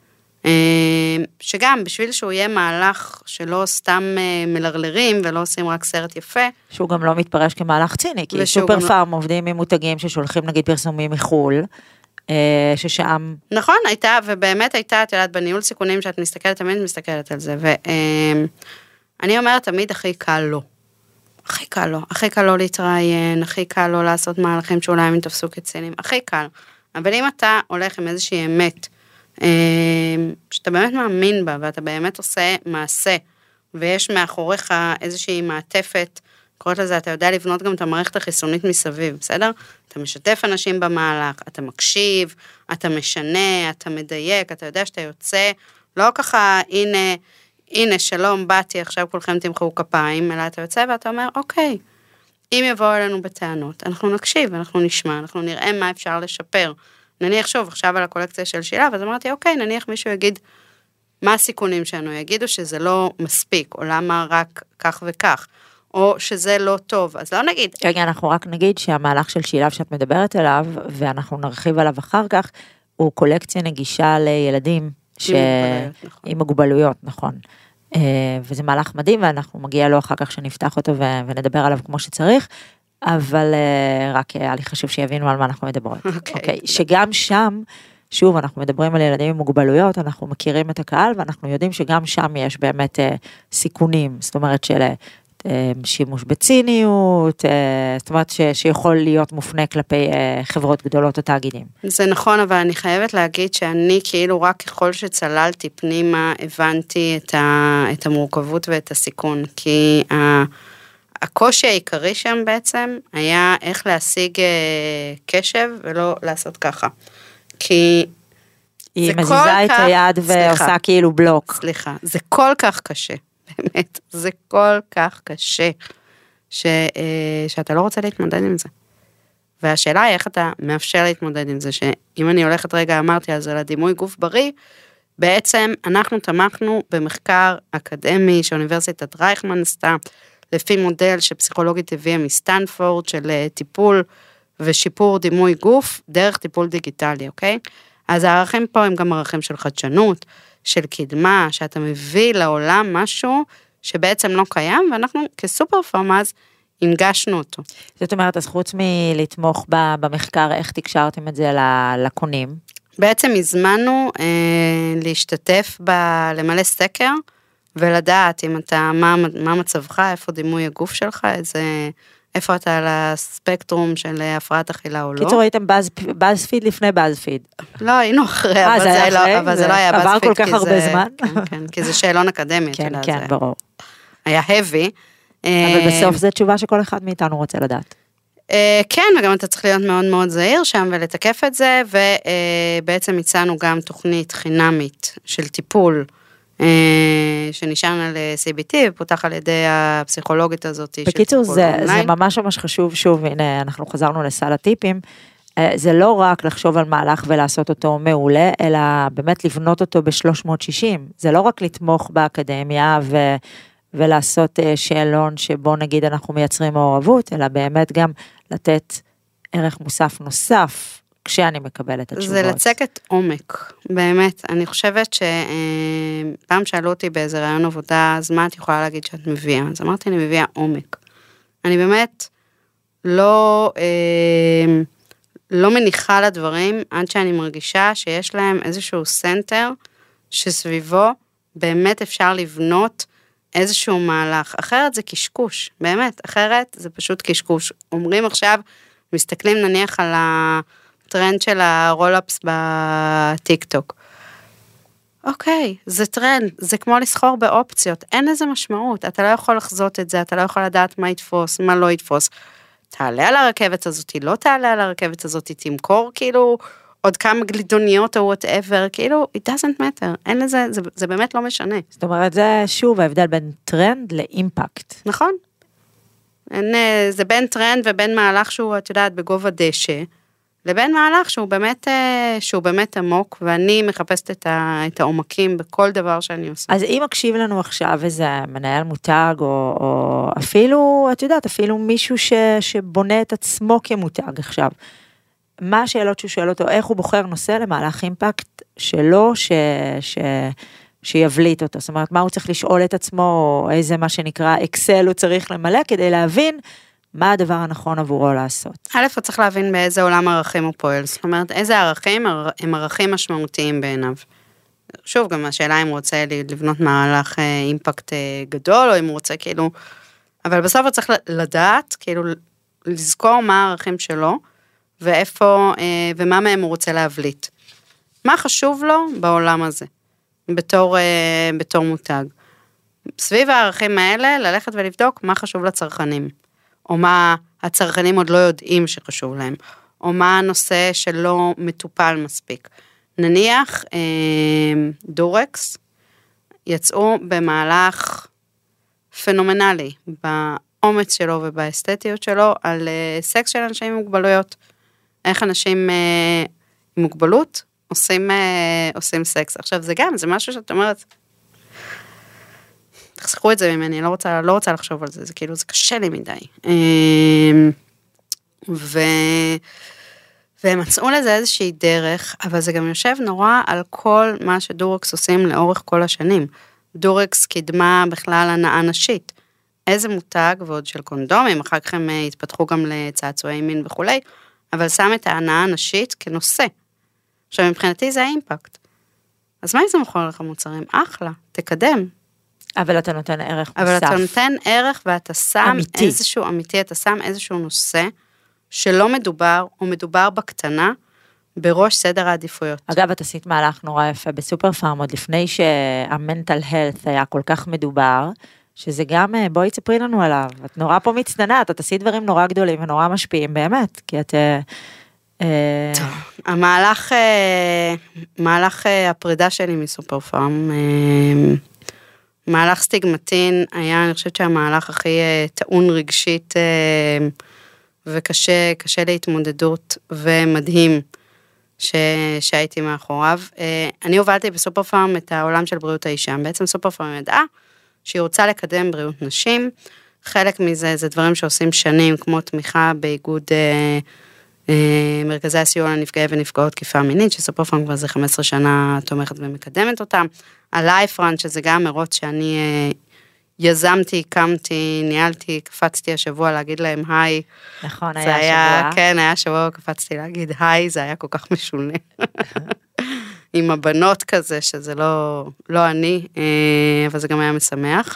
שגם בשביל שהוא יהיה מהלך שלא סתם מלרלרים ולא עושים רק סרט יפה. שהוא גם לא מתפרש כמהלך ציני, כי סופר פארם עובדים עם מותגים ששולחים נגיד פרסומים מחול, ששם... נכון, הייתה, ובאמת הייתה, את יודעת, בניהול סיכונים שאת מסתכלת, תמיד מסתכלת על זה, ואני אומרת תמיד הכי קל לא. הכי קל לא, הכי קל לא להתראיין, הכי קל לא לעשות מהלכים שאולי הם יתפסו כצינים, הכי קל. אבל אם אתה הולך עם איזושהי אמת, שאתה באמת מאמין בה, ואתה באמת עושה מעשה, ויש מאחוריך איזושהי מעטפת, קוראת לזה, אתה יודע לבנות גם את המערכת החיסונית מסביב, בסדר? אתה משתף אנשים במהלך, אתה מקשיב, אתה משנה, אתה מדייק, אתה יודע שאתה יוצא, לא ככה, הנה, הנה, שלום, באתי, עכשיו כולכם תמחאו כפיים, אלא אתה יוצא ואתה אומר, אוקיי, אם יבואו אלינו בטענות, אנחנו נקשיב, אנחנו נשמע, אנחנו נראה מה אפשר לשפר. נניח שוב, עכשיו על הקולקציה של שילב, אז אמרתי, אוקיי, נניח מישהו יגיד, מה הסיכונים שלנו? יגידו שזה לא מספיק, או למה רק כך וכך, או שזה לא טוב, אז לא נגיד. רגע, אנחנו רק נגיד שהמהלך של שילב שאת מדברת עליו, ואנחנו נרחיב עליו אחר כך, הוא קולקציה נגישה לילדים ש... עם מוגבלויות, נכון. וזה מהלך מדהים, ואנחנו מגיע לו אחר כך שנפתח אותו ונדבר עליו כמו שצריך, אבל רק היה לי חשוב שיבינו על מה אנחנו מדברות. אוקיי, שגם שם, שוב, אנחנו מדברים על ילדים עם מוגבלויות, אנחנו מכירים את הקהל, ואנחנו יודעים שגם שם יש באמת סיכונים, זאת אומרת של שימוש בציניות, זאת אומרת שיכול להיות מופנה כלפי חברות גדולות או תאגידים. זה נכון, אבל אני חייבת להגיד שאני כאילו רק ככל שצללתי פנימה, הבנתי את, ה, את המורכבות ואת הסיכון, כי ה, הקושי העיקרי שם בעצם היה איך להשיג קשב ולא לעשות ככה. כי היא מזיזה את היד ועושה כאילו בלוק. סליחה, זה כל כך קשה. באמת, זה כל כך קשה, ש, שאתה לא רוצה להתמודד עם זה. והשאלה היא איך אתה מאפשר להתמודד עם זה, שאם אני הולכת רגע, אמרתי על זה, לדימוי גוף בריא, בעצם אנחנו תמכנו במחקר אקדמי שאוניברסיטת רייכמן עשתה, לפי מודל שפסיכולוגית הביאה מסטנפורד, של טיפול ושיפור דימוי גוף, דרך טיפול דיגיטלי, אוקיי? אז הערכים פה הם גם ערכים של חדשנות, של קדמה, שאתה מביא לעולם משהו שבעצם לא קיים, ואנחנו כסופר פארמאז הנגשנו אותו. זאת אומרת, אז חוץ מלתמוך במחקר, איך תקשרתם את זה לקונים? בעצם הזמנו אה, להשתתף, ב, למלא סקר, ולדעת אם אתה, מה, מה מצבך, איפה דימוי הגוף שלך, איזה... איפה אתה על הספקטרום של הפרעת אכילה או לא. קיצור, הייתם באז-פיד לפני באז-פיד. לא, היינו אחרי, אבל זה לא היה באז-פיד. עבר כל כך הרבה זמן. כן, כי זה שאלון אקדמי. כן, כן, ברור. היה heavy. אבל בסוף זו תשובה שכל אחד מאיתנו רוצה לדעת. כן, וגם אתה צריך להיות מאוד מאוד זהיר שם ולתקף את זה, ובעצם הצענו גם תוכנית חינמית של טיפול, שנשען על סי בי טי, ופותח על ידי הפסיכולוגית הזאת. בקיצור, זה, זה ממש ממש חשוב, שוב, הנה, אנחנו חזרנו לסל הטיפים, זה לא רק לחשוב על מהלך ולעשות אותו מעולה, אלא באמת לבנות אותו ב-שלוש מאות שישים, זה לא רק לתמוך באקדמיה ו... ולעשות שאלון שבו נגיד אנחנו מייצרים מעורבות, אלא באמת גם לתת ערך מוסף נוסף, כשאני מקבלת את התשובות. זה לצקת עומק, באמת. אני חושבת שפעם שאלו אותי באיזה רעיון עבודה, אז מה את יכולה להגיד שאת מביאה? אז אמרתי, אני מביאה עומק. אני באמת לא, לא מניחה לדברים, עד שאני מרגישה שיש להם איזשהו סנטר, שסביבו באמת אפשר לבנות איזשהו מהלך. אחרת זה קשקוש, באמת. אחרת זה פשוט קשקוש. אומרים עכשיו, מסתכלים נניח על ה... טרנד של הרול-אפס בטיק-טוק. אוקיי, זה טרנד, זה כמו לסחור באופציות, אין איזה משמעות, אתה לא יכול לחזות את זה, אתה לא יכול לדעת מה יתפוס, מה לא יתפוס. תעלה על הרכבת הזאת, לא תעלה על הרכבת הזאת, תמכור כאילו עוד כמה גלידוניות או whatever, כאילו, it doesn't matter, אין לזה, זה, זה באמת לא משנה. זאת אומרת, זה שוב ההבדל בין טרנד לאימפקט. נכון. אין, זה בין טרנד ובין מהלך שהוא, את יודעת, בגובה דשא, לבין מהלך שהוא באמת, שהוא באמת עמוק, ואני מחפשת את, ה, את העומקים בכל דבר שאני עושה. אז אם מקשיב לנו עכשיו איזה מנהל מותג, או, או אפילו, את יודעת, אפילו מישהו ש, שבונה את עצמו כמותג עכשיו, מה השאלות שהוא שואל אותו, איך הוא בוחר נושא למהלך אימפקט שלו, ש, ש, שיבליט אותו, זאת אומרת, מה הוא צריך לשאול את עצמו, או איזה מה שנקרא אקסל הוא צריך למלא, כדי להבין מה הדבר הנכון עבורו לעשות. א', הוא צריך להבין באיזה עולם ערכים הוא פועל, זאת אומרת, איזה ערכים הם ערכים משמעותיים בעיניו. שוב, גם השאלה אם הוא רוצה לבנות מהלך אימפקט גדול, או אם הוא רוצה כאילו, אבל בסוף הוא צריך לדעת, כאילו, לזכור מה הערכים שלו, ואיפה, ומה מהם הוא רוצה להבליט. מה חשוב לו בעולם הזה, בתור, בתור מותג. סביב הערכים האלה, ללכת ולבדוק מה חשוב לצרכנים. או מה הצרכנים עוד לא יודעים שחשוב להם, או מה הנושא שלא מטופל מספיק. נניח, דורקס יצאו במהלך פנומנלי, באומץ שלו ובאסתטיות שלו, על סקס של אנשים עם מוגבלויות. איך אנשים עם מוגבלות עושים, עושים סקס. עכשיו, זה גם, זה משהו שאת אומרת, תחסכו את זה ממני, אני לא רוצה, לא רוצה לחשוב על זה, זה כאילו, זה קשה לי מדי. ו... והם מצאו לזה איזושהי דרך, אבל זה גם יושב נורא על כל מה שדורקס עושים לאורך כל השנים. דורקס קידמה בכלל הנאה נשית. איזה מותג, ועוד של קונדומים, אחר כך הם התפתחו גם לצעצועי מין וכולי, אבל שם את ההנאה הנשית כנושא. עכשיו, מבחינתי זה האימפקט. אז מה אם זה מוכר לך מוצרים? אחלה, תקדם. אבל אתה נותן ערך מוסף. אבל אתה נותן ערך ואתה שם אמיתי. איזשהו, אמיתי, אתה שם איזשהו נושא, שלא מדובר, או מדובר בקטנה, בראש סדר העדיפויות. אגב, את עשית מהלך נורא יפה בסופר פארם, עוד לפני שהמנטל הלת היה כל כך מדובר, שזה גם, בואי תספרי לנו עליו, את נורא פה מצטנעת, את עשית דברים נורא גדולים ונורא משפיעים, באמת, כי את... טוב, המהלך, מהלך הפרידה שלי מסופר פארם, מהלך סטיגמטין, היה, אני חושבת שהמהלך הכי טעון רגשית, וקשה, קשה להתמודדות, ומדהים ש, שהייתי מאחוריו. אני הובלתי בסופר פארם את העולם של בריאות האישה, בעצם סופר פארם ידעה שהיא רוצה לקדם בריאות נשים, חלק מזה זה דברים שעושים שנים, כמו תמיכה באיגוד אה, אה, מרכזי הסיוע לנפגעי ונפגעות תקיפה מינית, שסופר פארם כבר זה חמש עשרה שנה תומכת ומקדמת אותם, הלייפרן, שזה גם מרוץ שאני אה, יזמתי, הקמתי, ניהלתי, קפצתי השבוע להגיד להם היי. נכון, היה, היה שבוע. כן, היה שבוע, קפצתי להגיד היי, זה היה כל כך משונה. עם הבנות כזה, שזה לא, לא אני, אבל זה גם היה משמח.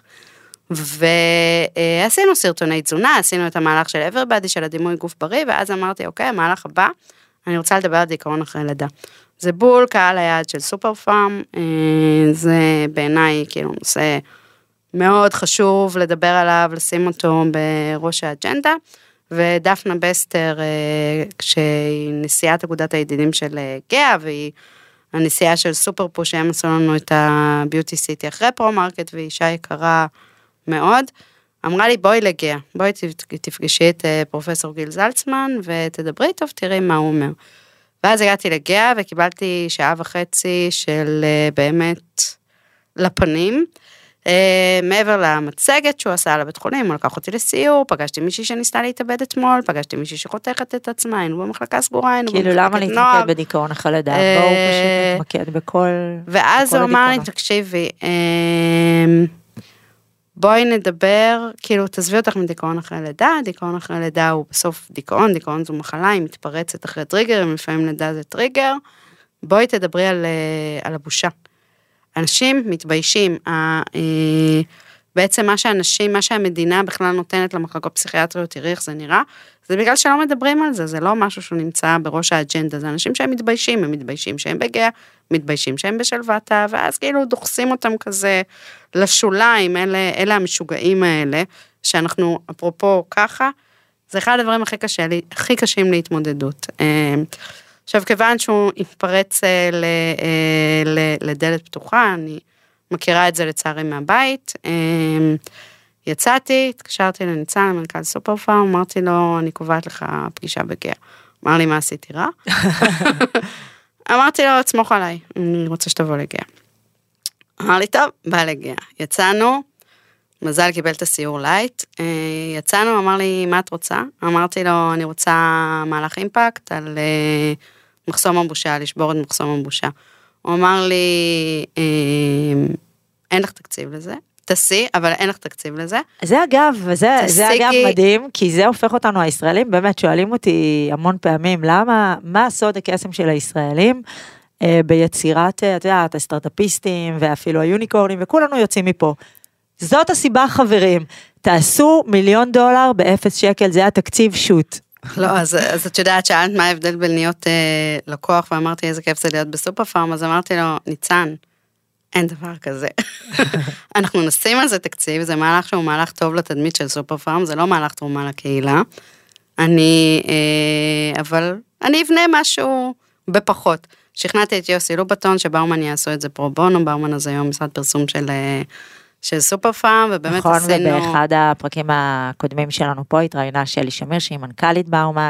ועשינו סרטוני תזונה, עשינו את המהלך של everybody, של הדימוי גוף בריא, ואז אמרתי, אוקיי, המהלך הבא, אני רוצה לדבר על דיכאון אחרי לידה. זה בול קהל היעד של סופר פארם, זה בעיניי כאילו נושא מאוד חשוב לדבר עליו, לשים אותו בראש האג'נדה, ודפנה בסטר, כשהיא נשיאת אגודת הידידים של גאה, והיא הנסיעה של סופר פוש, שהם עשו לנו את הביוטי סיטי אחרי פרו-מרקט, ואישה יקרה מאוד, אמרה לי, בואי לגאה, בואי תפגשי את פרופסור גיל זלצמן, ותדברי טוב, תראי מה הוא אומר. ואז הגעתי לגאה, וקיבלתי שעה וחצי של באמת לפנים, מעבר למצגת שהוא עשה על הבית חולים, הוא לקח אותי לסיור, פגשתי מישהי שניסתה להתאבד אתמול, פגשתי מישהי שחותכת את עצמה, היינו במחלקה סגורה, היינו כאילו למה להתמקד בדיכאון אחרי לידה, בואו פשוט נתמקד בכל... ואז הוא אמר לי, תקשיבי, בואי נדבר, כאילו תעזבי אותך מדיכאון אחרי לידה, דיכאון אחרי לידה הוא בסוף דיכאון, דיכאון זו מחלה, היא מתפרצת אחרי טריגר, לפעמים לידה זה טריגר, בואי תדברי על, על הבושה. אנשים מתביישים, בעצם מה שאנשים, מה שהמדינה בכלל נותנת למחלקות פסיכיאטריות, תראי איך זה נראה, זה בגלל שלא מדברים על זה, זה לא משהו שהוא נמצא בראש האג'נדה, זה אנשים שהם מתביישים, הם מתביישים שהם בגאה, מתביישים שהם בשלוותה, ואז כאילו דוחסים אותם כזה לשוליים, אלה, אלה המשוגעים האלה, שאנחנו, אפרופו ככה, זה אחד הדברים הכי, קשה, הכי קשים להתמודדות. עכשיו, כיוון שהוא התפרץ ל, ל, לדלת פתוחה, אני מכירה את זה לצערי מהבית, יצאתי, התקשרתי לניצן, למנכ"ל סופר פארם, אמרתי לו, אני קובעת לך פגישה בגאה. אמר לי, מה עשיתי רע? אמרתי לו, תסמוך עליי, אני רוצה שתבוא לגאה. אמר לי, טוב, בא לגאה. יצאנו, מזל קיבל את הסיור לייט, יצאנו, אמר לי, מה את רוצה? אמרתי לו, אני רוצה מהלך אימפקט על מחסום הבושה, לשבור את מחסום הבושה. הוא אמר לי, אין לך תקציב לזה, תעשי, אבל אין לך תקציב לזה. זה אגב, זה, זה אגב מדהים, כי זה הופך אותנו הישראלים, באמת שואלים אותי המון פעמים, למה, מה הסוד הקסם של הישראלים, ביצירת, את יודעת, הסטארט-אפיסטים, ואפילו היוניקורנים, וכולנו יוצאים מפה. זאת הסיבה, חברים, תעשו מיליון דולר באפס שקל, זה התקציב שוט. לא, אז, אז את יודעת, שאלת מה ההבדל בין להיות אה, לקוח, ואמרתי איזה כיף זה להיות בסופר פארם, אז אמרתי לו, ניצן, אין דבר כזה. אנחנו נשים על זה תקציב, זה מהלך שהוא מהלך טוב לתדמית של סופר פארם, זה לא מהלך תרומה לקהילה, אני, אה, אבל אני אבנה משהו בפחות. שכנעתי את יוסי לובטון, שבאומן יעשו את זה פרו בונו, באומן הזה היום משרד פרסום של... אה, של סופר פארם, ובאמת נכון, עשינו... ובאחד הפרקים הקודמים שלנו פה, התראיינה שלי שמיר, שהיא מנכ"לית באומן,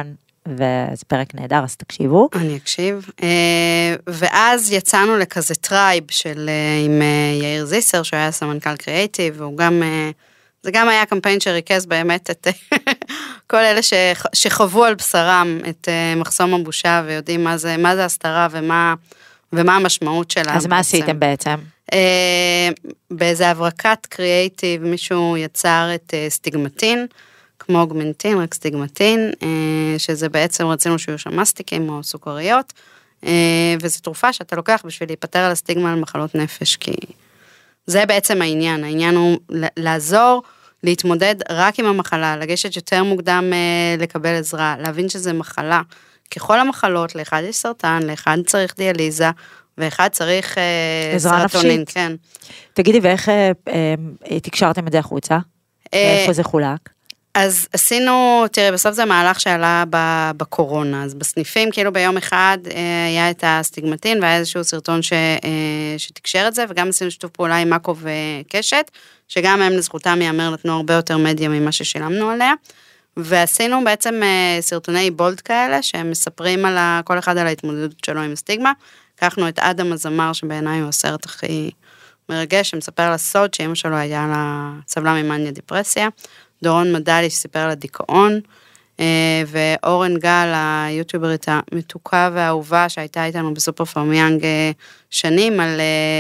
וזה פרק נהדר, אז תקשיבו. אני אקשיב. ואז יצאנו לכזה טרייב של, עם יאיר זיסר, שהוא היה סמנכ"ל קריאייטיב, והוא גם, זה גם היה קמפיין שריכז באמת את כל אלה שחוו על בשרם את מחסום הבושה, ויודעים מה זה, מה זה הסתרה ומה, ומה המשמעות שלה. אז מה עשיתם בעצם? באיזה הברקת קריאייטיב, מישהו יצר את סטיגמטין, כמו אוגמנטין, רק סטיגמטין, שזה בעצם רצינו שיהיו שם מסטיקים או סוכריות, וזו תרופה שאתה לוקח בשביל להיפטר על הסטיגמה על מחלות נפש, כי זה בעצם העניין, העניין הוא לעזור, להתמודד רק עם המחלה, לגשת יותר מוקדם לקבל עזרה, להבין שזה מחלה, ככל המחלות, לאחד יש סרטן, לאחד צריך דיאליזה, ואחד צריך סרטונין, כן. תגידי, ואיך תקשרתם את זה החוצה? איפה זה חולק? אז עשינו, תראי, בסוף זה מהלך שעלה בקורונה, אז בסניפים, כאילו ביום אחד היה את הסטיגמטין, והיה איזשהו סרטון ש, שתקשר את זה, וגם עשינו שיתוף פעולה עם מקו וקשת, שגם הם לזכותם יאמר נתנו הרבה יותר מדיה ממה ששילמנו עליה, ועשינו בעצם סרטוני בולד כאלה, שהם מספרים על כל אחד על ההתמודדות שלו עם הסטיגמה, לקחנו את אדם הזמר, שבעיניי הוא הסרט הכי מרגש, שמספר על הסוד, שאמא שלו היה לה סבלה ממניה דיפרסיה, דורון מדלי שסיפר על הדיכאון, ואורן גל, היוטיוברית המתוקה והאהובה, שהייתה איתנו בסופר פארם יאנג שנים, על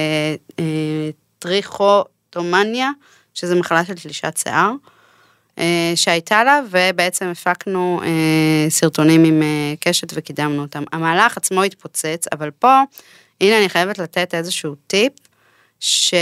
טריכוטומניה, שזה מחלה של תלישת שיער, שהייתה לה, ובעצם הפקנו סרטונים עם קשת וקידמנו אותם. המהלך עצמו התפוצץ, אבל פה, הנה אני חייבת לתת איזשהו טיפ, ש...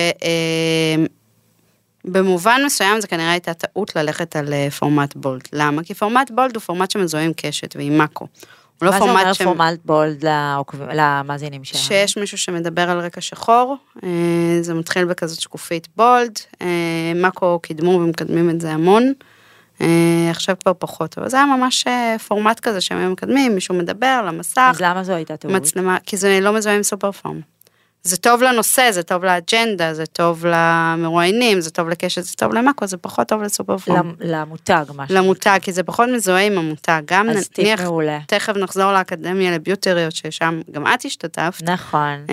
במובן מסוים זה כנראה הייתה טעות ללכת על פורמט בולד. למה? כי פורמט בולד הוא פורמט שמזוהה עם קשת ועם מקו. מה זה אומר פורמט בולד למאזינים שלנו? שיש מישהו שמדבר על רקע שחור, זה מתחיל בכזאת שקופית בולד, מקו קידמו ומקדמים את זה המון, עכשיו כבר פחות, אבל זה היה ממש פורמט כזה שהם מקדמים, מישהו מדבר למסך. אז למה זו הייתה טעות? מצלמה, כי זה לא מזוהה עם סופר פארם. זה טוב לנושא, זה טוב לאג'נדה, זה טוב למרואיינים, זה טוב לקשת, זה טוב למקו, זה פחות טוב לסופר פארם. למותג, משהו. למותג, כי זה פחות מזוהה עם המותג. גם אז טיפ מעולה. תכף נחזור לאקדמיה לביוטריות, ששם גם את השתתפת. נכון.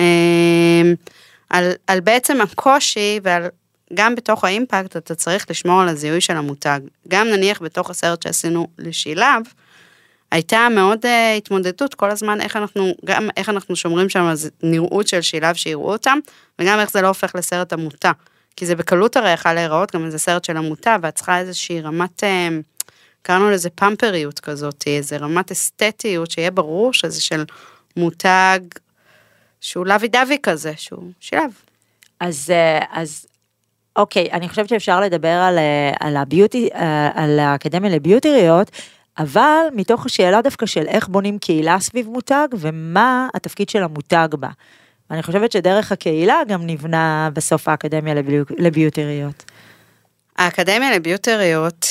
על, על בעצם הקושי, ועל, גם בתוך האימפקט, אתה צריך לשמור על הזיהוי של המותג. גם נניח בתוך הסרט שעשינו לשילב, הייתה מאוד uh, התמודדות כל הזמן, איך אנחנו, גם איך אנחנו שומרים שם על נראות של שילב שיראו אותם, וגם איך זה לא הופך לסרט עמותה. כי זה בקלות הרי יכול להיראות, גם איזה סרט של עמותה, ואת צריכה איזושהי רמת, uh, קראנו לזה פמפריות כזאת, איזה רמת אסתטיות, שיהיה ברור שזה של מותג, שהוא לוי דווי כזה, שהוא שילב. אז, אז, אוקיי, אני חושבת שאפשר לדבר על, על הביוטי, על האקדמיה לביוטריות, אבל מתוך השאלה דווקא של איך בונים קהילה סביב מותג, ומה התפקיד של המותג בה. אני חושבת שדרך הקהילה גם נבנה בסוף האקדמיה לביוטריות. האקדמיה לביוטריות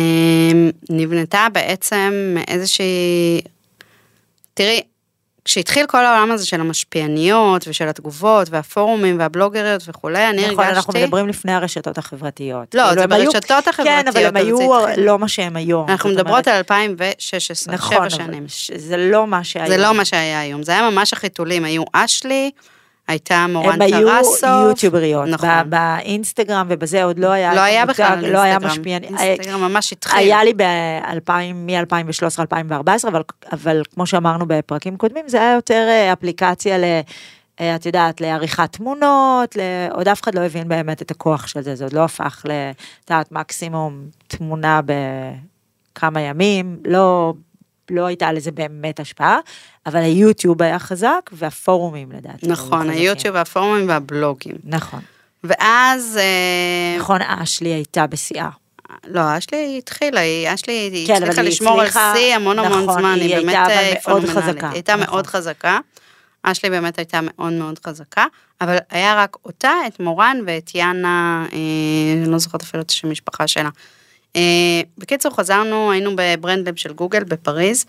נבנתה בעצם איזושהי, תראי, כשהתחיל כל העולם הזה של המשפיעניות, ושל התגובות, והפורומים, והבלוגריות וכולי, אני הרגשתי... נכון, אנחנו מדברים לפני הרשתות החברתיות. לא, זה ברשתות החברתיות. כן, אבל הם היו לא מה שהם היום. אנחנו מדברות על אלפיים ושש עשרה, שבע שנים. זה לא מה שהיה. זה לא מה שהיה היום, זה היה ממש החיתולים, היו אשלי, הייתה מורן טרסוב. הם היו יוטיובריות, באינסטגרם ובזה עוד לא היה... לא היה בכלל לא היה משפיעני. אינסטגרם ממש התחיל. היה לי מ-אלפיים ושלוש עשרה אלפיים וארבע עשרה, אבל כמו שאמרנו בפרקים קודמים, זה היה יותר אפליקציה ל... את יודעת, לעריכת תמונות, עוד אף אחד לא הבין באמת את הכוח של זה, זה עוד לא הפך לתת מקסימום תמונה בכמה ימים, לא... לא הייתה לזה באמת השפעה, אבל היוטיוב היה חזק, והפורומים לדעתי. נכון, היוטיוב והפורומים והבלוגים. נכון. ואז... נכון, אשלי הייתה בשיאה. לא, אשלי התחילה, אשלי הצליחה לשמור על שיא המון המון זמן, היא באמת פנומנלית. היא הייתה מאוד חזקה, אשלי באמת הייתה מאוד מאוד חזקה, אבל היה רק אותה, את מורן ואת יאנה, אני לא זוכרת אפילו את השם משפחה שלה, בקיצור חזרנו, היינו בברנדלב של גוגל בפריז,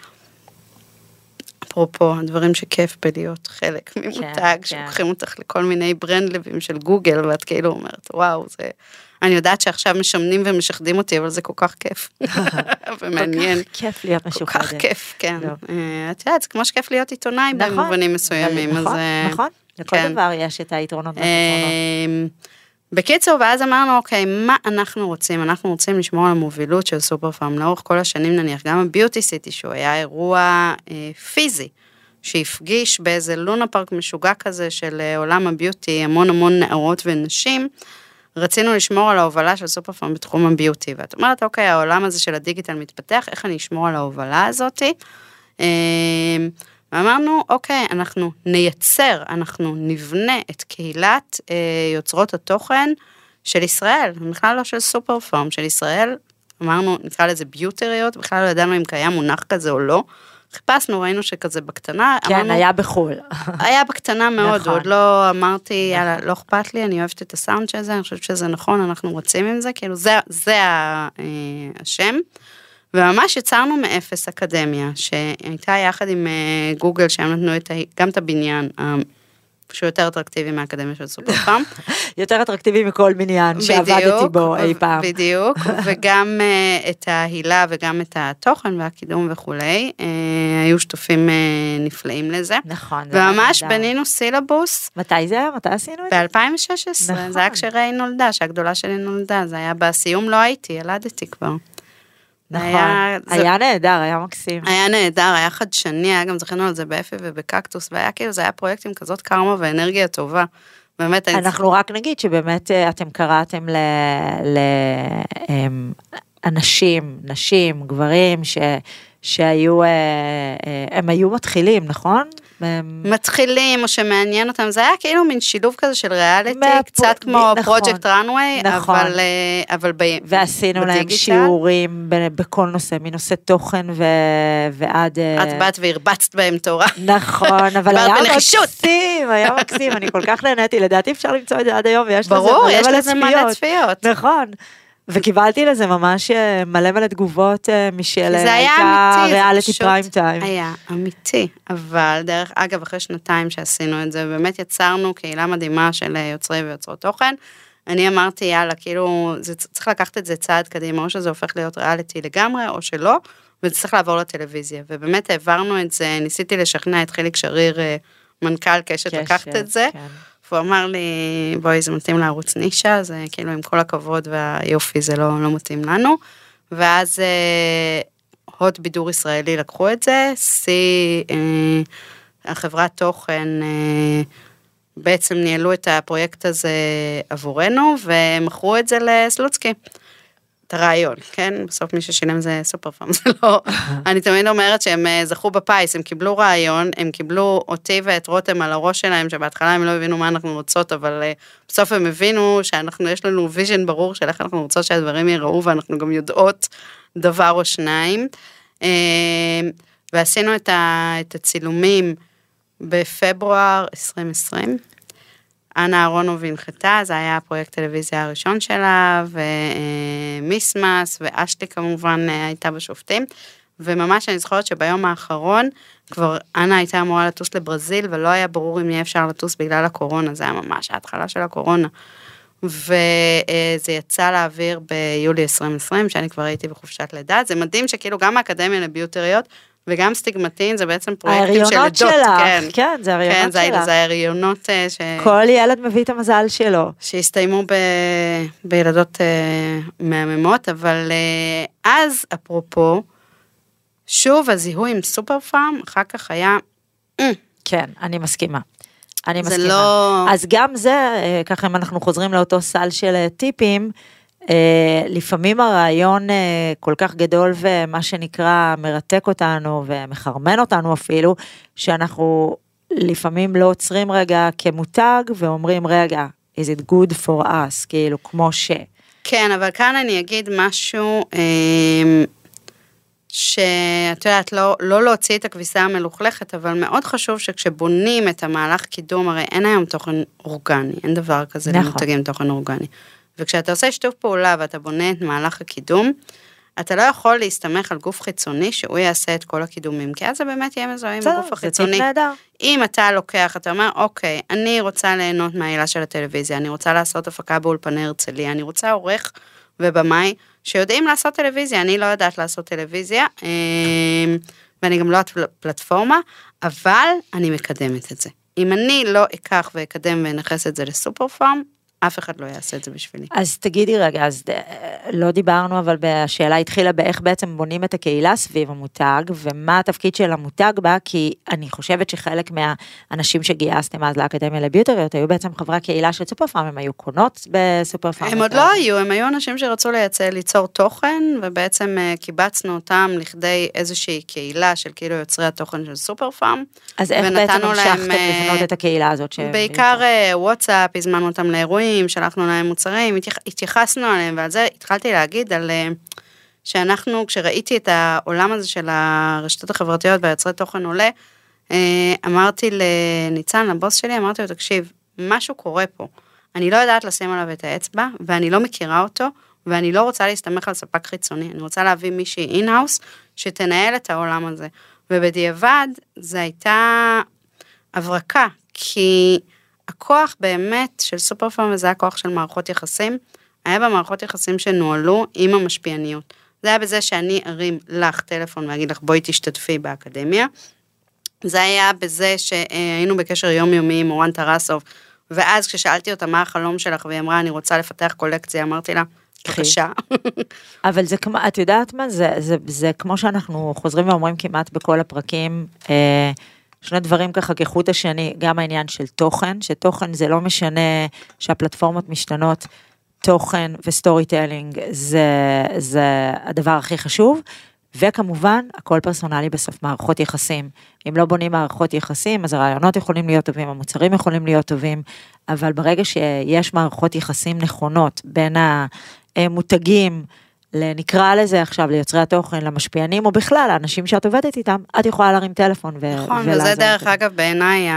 אפרופו, הדברים שכיף בלהיות חלק ממותג, שלוקחים אותך לכל מיני ברנדלבים של גוגל, ואת כאילו אומרת, וואו, זה... אני יודעת שעכשיו משמנים ומשחדים אותי, אבל זה כל כך כיף. ומעניין. כל כך כיף להיות משוחדת. כל כך כיף, כן. את יודעת, זה כמו שכיף להיות עיתונאי במובנים מסוימים. נכון, נכון. לכל דבר יש את היתרונות והחסרונות. בקיצור, ואז אמרנו, אוקיי, מה אנחנו רוצים? אנחנו רוצים לשמור על המובילות של סופר פארם, לאורך כל השנים נניח, גם הביוטי סיטי, שהוא היה אירוע אה, פיזי, שהפגיש באיזה לונה פארק משוגע כזה של אה, עולם הביוטי, המון המון נערות ונשים, רצינו לשמור על ההובלה של סופר פארם בתחום הביוטי, ואת אומרת, אוקיי, העולם הזה של הדיגיטל מתפתח, איך אני אשמור על ההובלה הזאת? אה, ואמרנו, אוקיי, אנחנו נייצר, אנחנו נבנה את קהילת אה, יוצרות התוכן של ישראל, בכלל לא של סופר פארם, של ישראל, אמרנו, נקרא לזה ביוטריות, בכלל לא ידענו אם קיים מונח כזה או לא, חיפשנו, ראינו שכזה בקטנה, כן, אמרנו, היה בחול. היה בקטנה מאוד, נכון. עוד לא אמרתי, נכון. יאללה, לא אכפת לי, אני אוהבת את הסאונד של זה, אני חושבת שזה נכון, אנחנו רוצים עם זה, כאילו זה, זה ה, אה, השם, וממש יצרנו מאפס אקדמיה, שהייתה יחד עם גוגל, שהם נתנו את, גם את הבניין, שהוא יותר אטרקטיבי מהאקדמיה של סופר פארם. יותר אטרקטיבי מכל בניין שעבדתי בו אי פעם. בדיוק, וגם את ההילה וגם את התוכן והקידום וכולי, היו שותפים נפלאים לזה. נכון. וממש בנינו סילבוס. מתי זה היה? מתי עשינו את זה? ב-אלפיים ושש עשרה, זה היה כשריי נולדה, שהגדולה שלי נולדה, זה היה בסיום לא הייתי, ילדתי כבר. נכון, היה, היה זה... נהדר, היה מקסים. היה נהדר, היה חדשני, היה גם זכינו על זה באפי ובקקטוס, והיה כאילו, זה היה פרויקט עם כזאת קרמה ואנרגיה טובה. באמת... אנחנו רק נגיד שבאמת אתם קראתם לאנשים, נשים, גברים, ש... שהיו, הם היו מתחילים, נכון? מתחילים, או שמעניין אותם, זה היה כאילו מין שילוב כזה של ריאליטי, קצת כמו פרויקט ראנווי, אבל בדיגיטל. ועשינו להם שיעורים בכל נושא, מנושא תוכן ועד... את באת והרבצת בהם תורה. נכון, אבל היה מקסים, היה מקסים, אני כל כך נהניתי, לדעתי אפשר למצוא את זה עד היום, ויש ברור, יש לזה מלא צפיות. נכון. וקיבלתי לזה ממש מלא מלא תגובות משל הייתה ריאליטי פריים טיים. היה אמיתי, אבל דרך, אגב, אחרי שנתיים שעשינו את זה, באמת יצרנו קהילה מדהימה של יוצרי ויוצרות תוכן, אני אמרתי, יאללה, כאילו, זה, צריך לקחת את זה צעד קדימה, או שזה הופך להיות ריאליטי לגמרי, או שלא, וזה צריך לעבור לטלוויזיה, ובאמת העברנו את זה, ניסיתי לשכנע את חיליק שריר, מנכ"ל קשת, לקחת את זה, והוא אמר לי, בואי, זה מתאים לערוץ נישה, זה כאילו עם כל הכבוד והיופי, זה לא, לא מתאים לנו, ואז אה, הוט בידור ישראלי לקחו את זה, סי, אה, החברת תוכן, אה, בעצם ניהלו את הפרויקט הזה עבורנו, ומכרו את זה לסלוצקי. את הרעיון, כן? בסוף מי ששילם זה סופר פארם, זה לא... אני תמיד אומרת שהם זכו בפייס, הם קיבלו רעיון, הם קיבלו אותי ואת רותם על הראש שלהם, שבהתחלה הם לא הבינו מה אנחנו רוצות, אבל בסוף הם הבינו שאנחנו, יש לנו ויז'ן ברור של איך אנחנו רוצות שהדברים ייראו, ואנחנו גם יודעות דבר או שניים. ועשינו את, ה, את הצילומים בפברואר עשרים עשרים, אנה אהרונוב הנחתה, זה היה הפרויקט טלוויזיה הראשון שלה, ומיסמס, ואשלי כמובן הייתה בשופטים, וממש אני זוכרת שביום האחרון, כבר אנה הייתה אמורה לטוס לברזיל, ולא היה ברור אם יהיה אפשר לטוס בגלל הקורונה, זה היה ממש ההתחלה של הקורונה, וזה יצא לאוויר ביולי עשרים עשרים, שאני כבר הייתי בחופשת לידה, זה מדהים שכאילו גם האקדמיה לביוטריות, וגם סטיגמטין, זה בעצם פרויקטים של לידות. שלך, כן, כן, זה הריונות כן, שלך. זה הריונות ש... כל ילד מביא את המזל שלו. שהסתיימו ב... בילדות uh, מהממות, אבל uh, אז, אפרופו, שוב, הזיהוי עם סופר פארם, אחר כך היה... כן, אני מסכימה. אני זה מסכימה. לא... אז גם זה, ככה אם אנחנו חוזרים לאותו סל של טיפים, לפעמים הרעיון כל כך גדול ומה שנקרא מרתק אותנו ומחרמן אותנו אפילו, שאנחנו לפעמים לא עוצרים רגע כמותג ואומרים רגע, is it good for us, כאילו כמו ש... כן, אבל כאן אני אגיד משהו שאת יודעת, לא, לא להוציא את הכביסה המלוכלכת, אבל מאוד חשוב שכשבונים את המהלך קידום, הרי אין היום תוכן אורגני, אין דבר כזה נכון. למותגים תוכן אורגני. וכשאתה עושה שיתוף פעולה ואתה בונה את מהלך הקידום, אתה לא יכול להסתמך על גוף חיצוני שהוא יעשה את כל הקידומים, כי אז זה באמת יהיה מזוהה עם הגוף החיצוני. אם אתה לוקח, אתה אומר, אוקיי, אני רוצה ליהנות מהעילה של הטלוויזיה, אני רוצה לעשות הפקה באולפני הרצליה, אני רוצה עורך ובמאי שיודעים לעשות טלוויזיה, אני לא יודעת לעשות טלוויזיה, ואני גם לא פלטפורמה, אבל אני מקדמת את זה. אם אני לא אקח ואקדם ונכנס את זה לסופר פארם, אף אחד לא יעשה את זה בשבילי. אז תגידי רגע, אז לא דיברנו, אבל השאלה התחילה באיך בעצם בונים את הקהילה סביב המותג, ומה התפקיד של המותג בה, כי אני חושבת שחלק מהאנשים שגייסתם אז לאקדמיה לביוטריות, היו בעצם חברי הקהילה של סופר פארם, הם היו קונות בסופר פארם. הם עוד לא היו, הם היו אנשים שרצו לייצא, ליצור תוכן, ובעצם קיבצנו אותם לכדי איזושהי קהילה של כאילו יוצרי התוכן של סופר פארם. אז איך בעצם המשכתם לבנות את הקהילה הזאת? בעיקר וואטסאפ, הזמנו אותם לאירועים, שלחנו להם מוצרים, התייחסנו עליהם, ועל זה התחלתי להגיד על שאנחנו, כשראיתי את העולם הזה של הרשתות החברתיות והיוצרי תוכן עולה, אמרתי לניצן, לבוס שלי, אמרתי לו, תקשיב, משהו קורה פה, אני לא יודעת לשים עליו את האצבע, ואני לא מכירה אותו, ואני לא רוצה להסתמך על ספק חיצוני, אני רוצה להביא מישהי אין-האוס, שתנהל את העולם הזה, ובדיעבד, זה הייתה הברקה, כי הכוח באמת של סופר פארם, וזה הכוח של מערכות יחסים, היה במערכות יחסים שנועלו עם המשפיעניות. זה היה בזה שאני ארים לך טלפון ואגיד לך, בואי תשתתפי באקדמיה. זה היה בזה שהיינו בקשר יומיומי עם אורן טרסוב, ואז כששאלתי אותה מה החלום שלך, והיא אמרה, אני רוצה לפתח קולקציה, אמרתי לה, בבקשה. אבל זה כמו, את יודעת מה? זה, זה, זה כמו שאנחנו חוזרים ואומרים כמעט בכל הפרקים, אה, שני דברים ככה כחוט השני, גם העניין של תוכן, שתוכן זה לא משנה שהפלטפורמות משתנות, תוכן וסטורי טיילינג זה, זה הדבר הכי חשוב, וכמובן הכל פרסונלי בסוף, מערכות יחסים. אם לא בונים מערכות יחסים, אז הרעיונות יכולים להיות טובים, המוצרים יכולים להיות טובים, אבל ברגע שיש מערכות יחסים נכונות בין המותגים, נקרא לזה עכשיו ליוצרי התוכן, למשפיענים, או בכלל, האנשים שאת עובדת איתם, את יכולה להרים טלפון ו- נכון, וזה דרך אגב בעיניי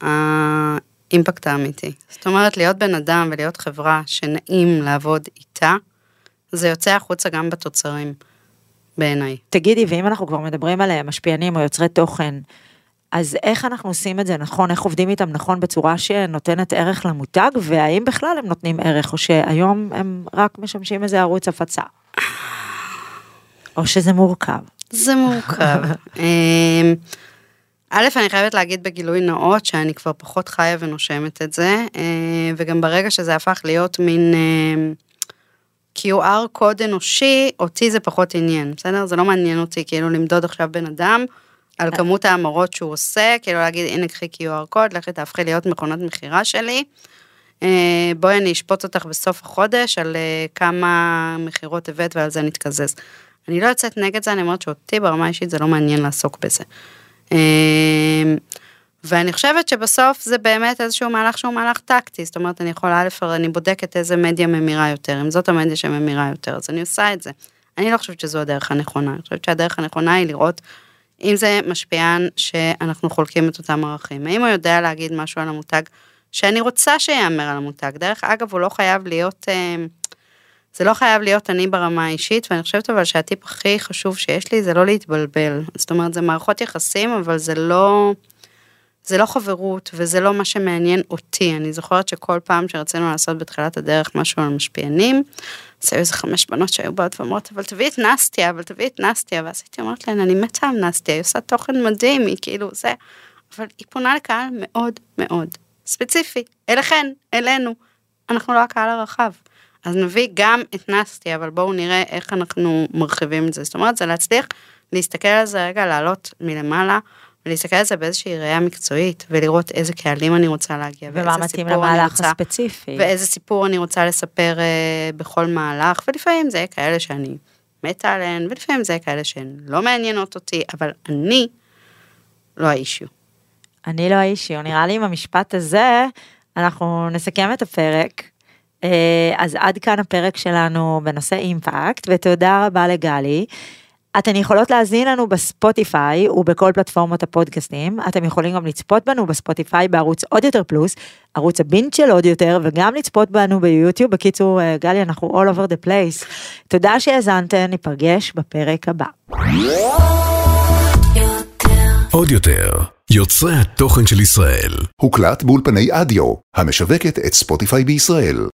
האימפקט האמיתי. זאת אומרת, להיות בן אדם ולהיות חברה שנעים לעבוד איתה, זה יוצא החוצה גם בתוצרים, בעיניי. תגידי, ואם אנחנו כבר מדברים על משפיענים או יוצרי תוכן, אז איך אנחנו עושים את זה נכון, איך עובדים איתם נכון בצורה שנותנת ערך למותג, והאם בכלל הם נותנים ערך, או שהיום הם רק משמשים איזה ערוץ הפצה? או שזה מורכב? זה מורכב. א', אני חייבת להגיד בגילוי נאות, שאני כבר פחות חיה ונושמת את זה, וגם ברגע שזה הפך להיות מין קיו אר קוד אנושי, אותי זה פחות עניין, בסדר? זה לא מעניין אותי כאילו למדוד עכשיו בן אדם, על כמות האמרות שהוא עושה, כאילו להגיד, הנה קחי קיו אר קוד, לכי תהפכי להיות מכונת מחירה שלי, בואי אני אשפוט אותך בסוף החודש, על כמה מחירות הבאת ועל זה נתקזז. אני לא יוצאת נגד זה, אני אומרת שאותי ברמה אישית זה לא מעניין לעסוק בזה. ואני חושבת שבסוף זה באמת איזשהו מהלך שהוא מהלך טקטי, זאת אומרת אני יכולה לפר, אני בודקת איזה מדיה ממירה יותר, אם זאת המדיה שממירה יותר, אז אני עושה את זה. אני לא חושבת שזו הדרך הנכונה, אני חושבת שהדרך הנכונה היא לראות אם זה משפיען שאנחנו חולקים את אותם ערכים. האם הוא יודע להגיד משהו על המותג שאני רוצה שיאמר על המותג, דרך אגב הוא לא חייב להיות, זה לא חייב להיות אני ברמה האישית, ואני חושבת אבל שהטיפ הכי חשוב שיש לי זה לא להתבלבל, זאת אומרת זה מערכות יחסים, אבל זה לא, זה לא חברות, וזה לא מה שמעניין אותי, אני זוכרת שכל פעם שרצינו לעשות בתחילת הדרך משהו על משפיענים, אז היו איזה חמש בנות שהיו באות ואומרות, אבל תביאי את נסטיה, אבל תביאי את נסטיה, ואז הייתי אומרת להן, אני מתה על נסטיה, היא עושה תוכן מדהים, היא כאילו זה, אבל היא פונה לקהל מאוד מאוד ספציפי, אליכן, אלינו, אנחנו לא הקהל הרחב, אז נביא גם את נסטיה, אבל בואו נראה איך אנחנו מרחיבים את זה, זאת אומרת, זה להצליח להסתכל על זה רגע, לעלות מלמעלה, ולהסתכל על זה באיזושהי ראייה מקצועית, ולראות איזה קהלים אני רוצה להגיע, ומה מתאים למהלך הספציפי. ואיזה סיפור אני רוצה לספר uh, בכל מהלך, ולפעמים זה כאלה שאני מתה עליהן, ולפעמים זה כאלה שהן לא מעניינות אותי, אבל אני לא האישיו. אני לא האישיו, נראה לי עם המשפט הזה, אנחנו נסכם את הפרק, אז עד כאן הפרק שלנו בנושא אימפקט, ותודה רבה לגלי, אתן יכולות להזין לנו בספוטיפיי ובכל פלטפורמות הפודקאסטים, אתם יכולים גם לצפות בנו בספוטיפיי בערוץ עוד יותר פלוס, ערוץ הבינג' של עוד יותר, וגם לצפות בנו ביוטיוב. בקיצור, גלי, אנחנו all over the place. תודה שהאזנתן, ניפגש בפרק הבא. עוד יותר, יוצרי התוכן של ישראל. הוקלט באולפני אדיו, המשווקת את ספוטיפיי בישראל.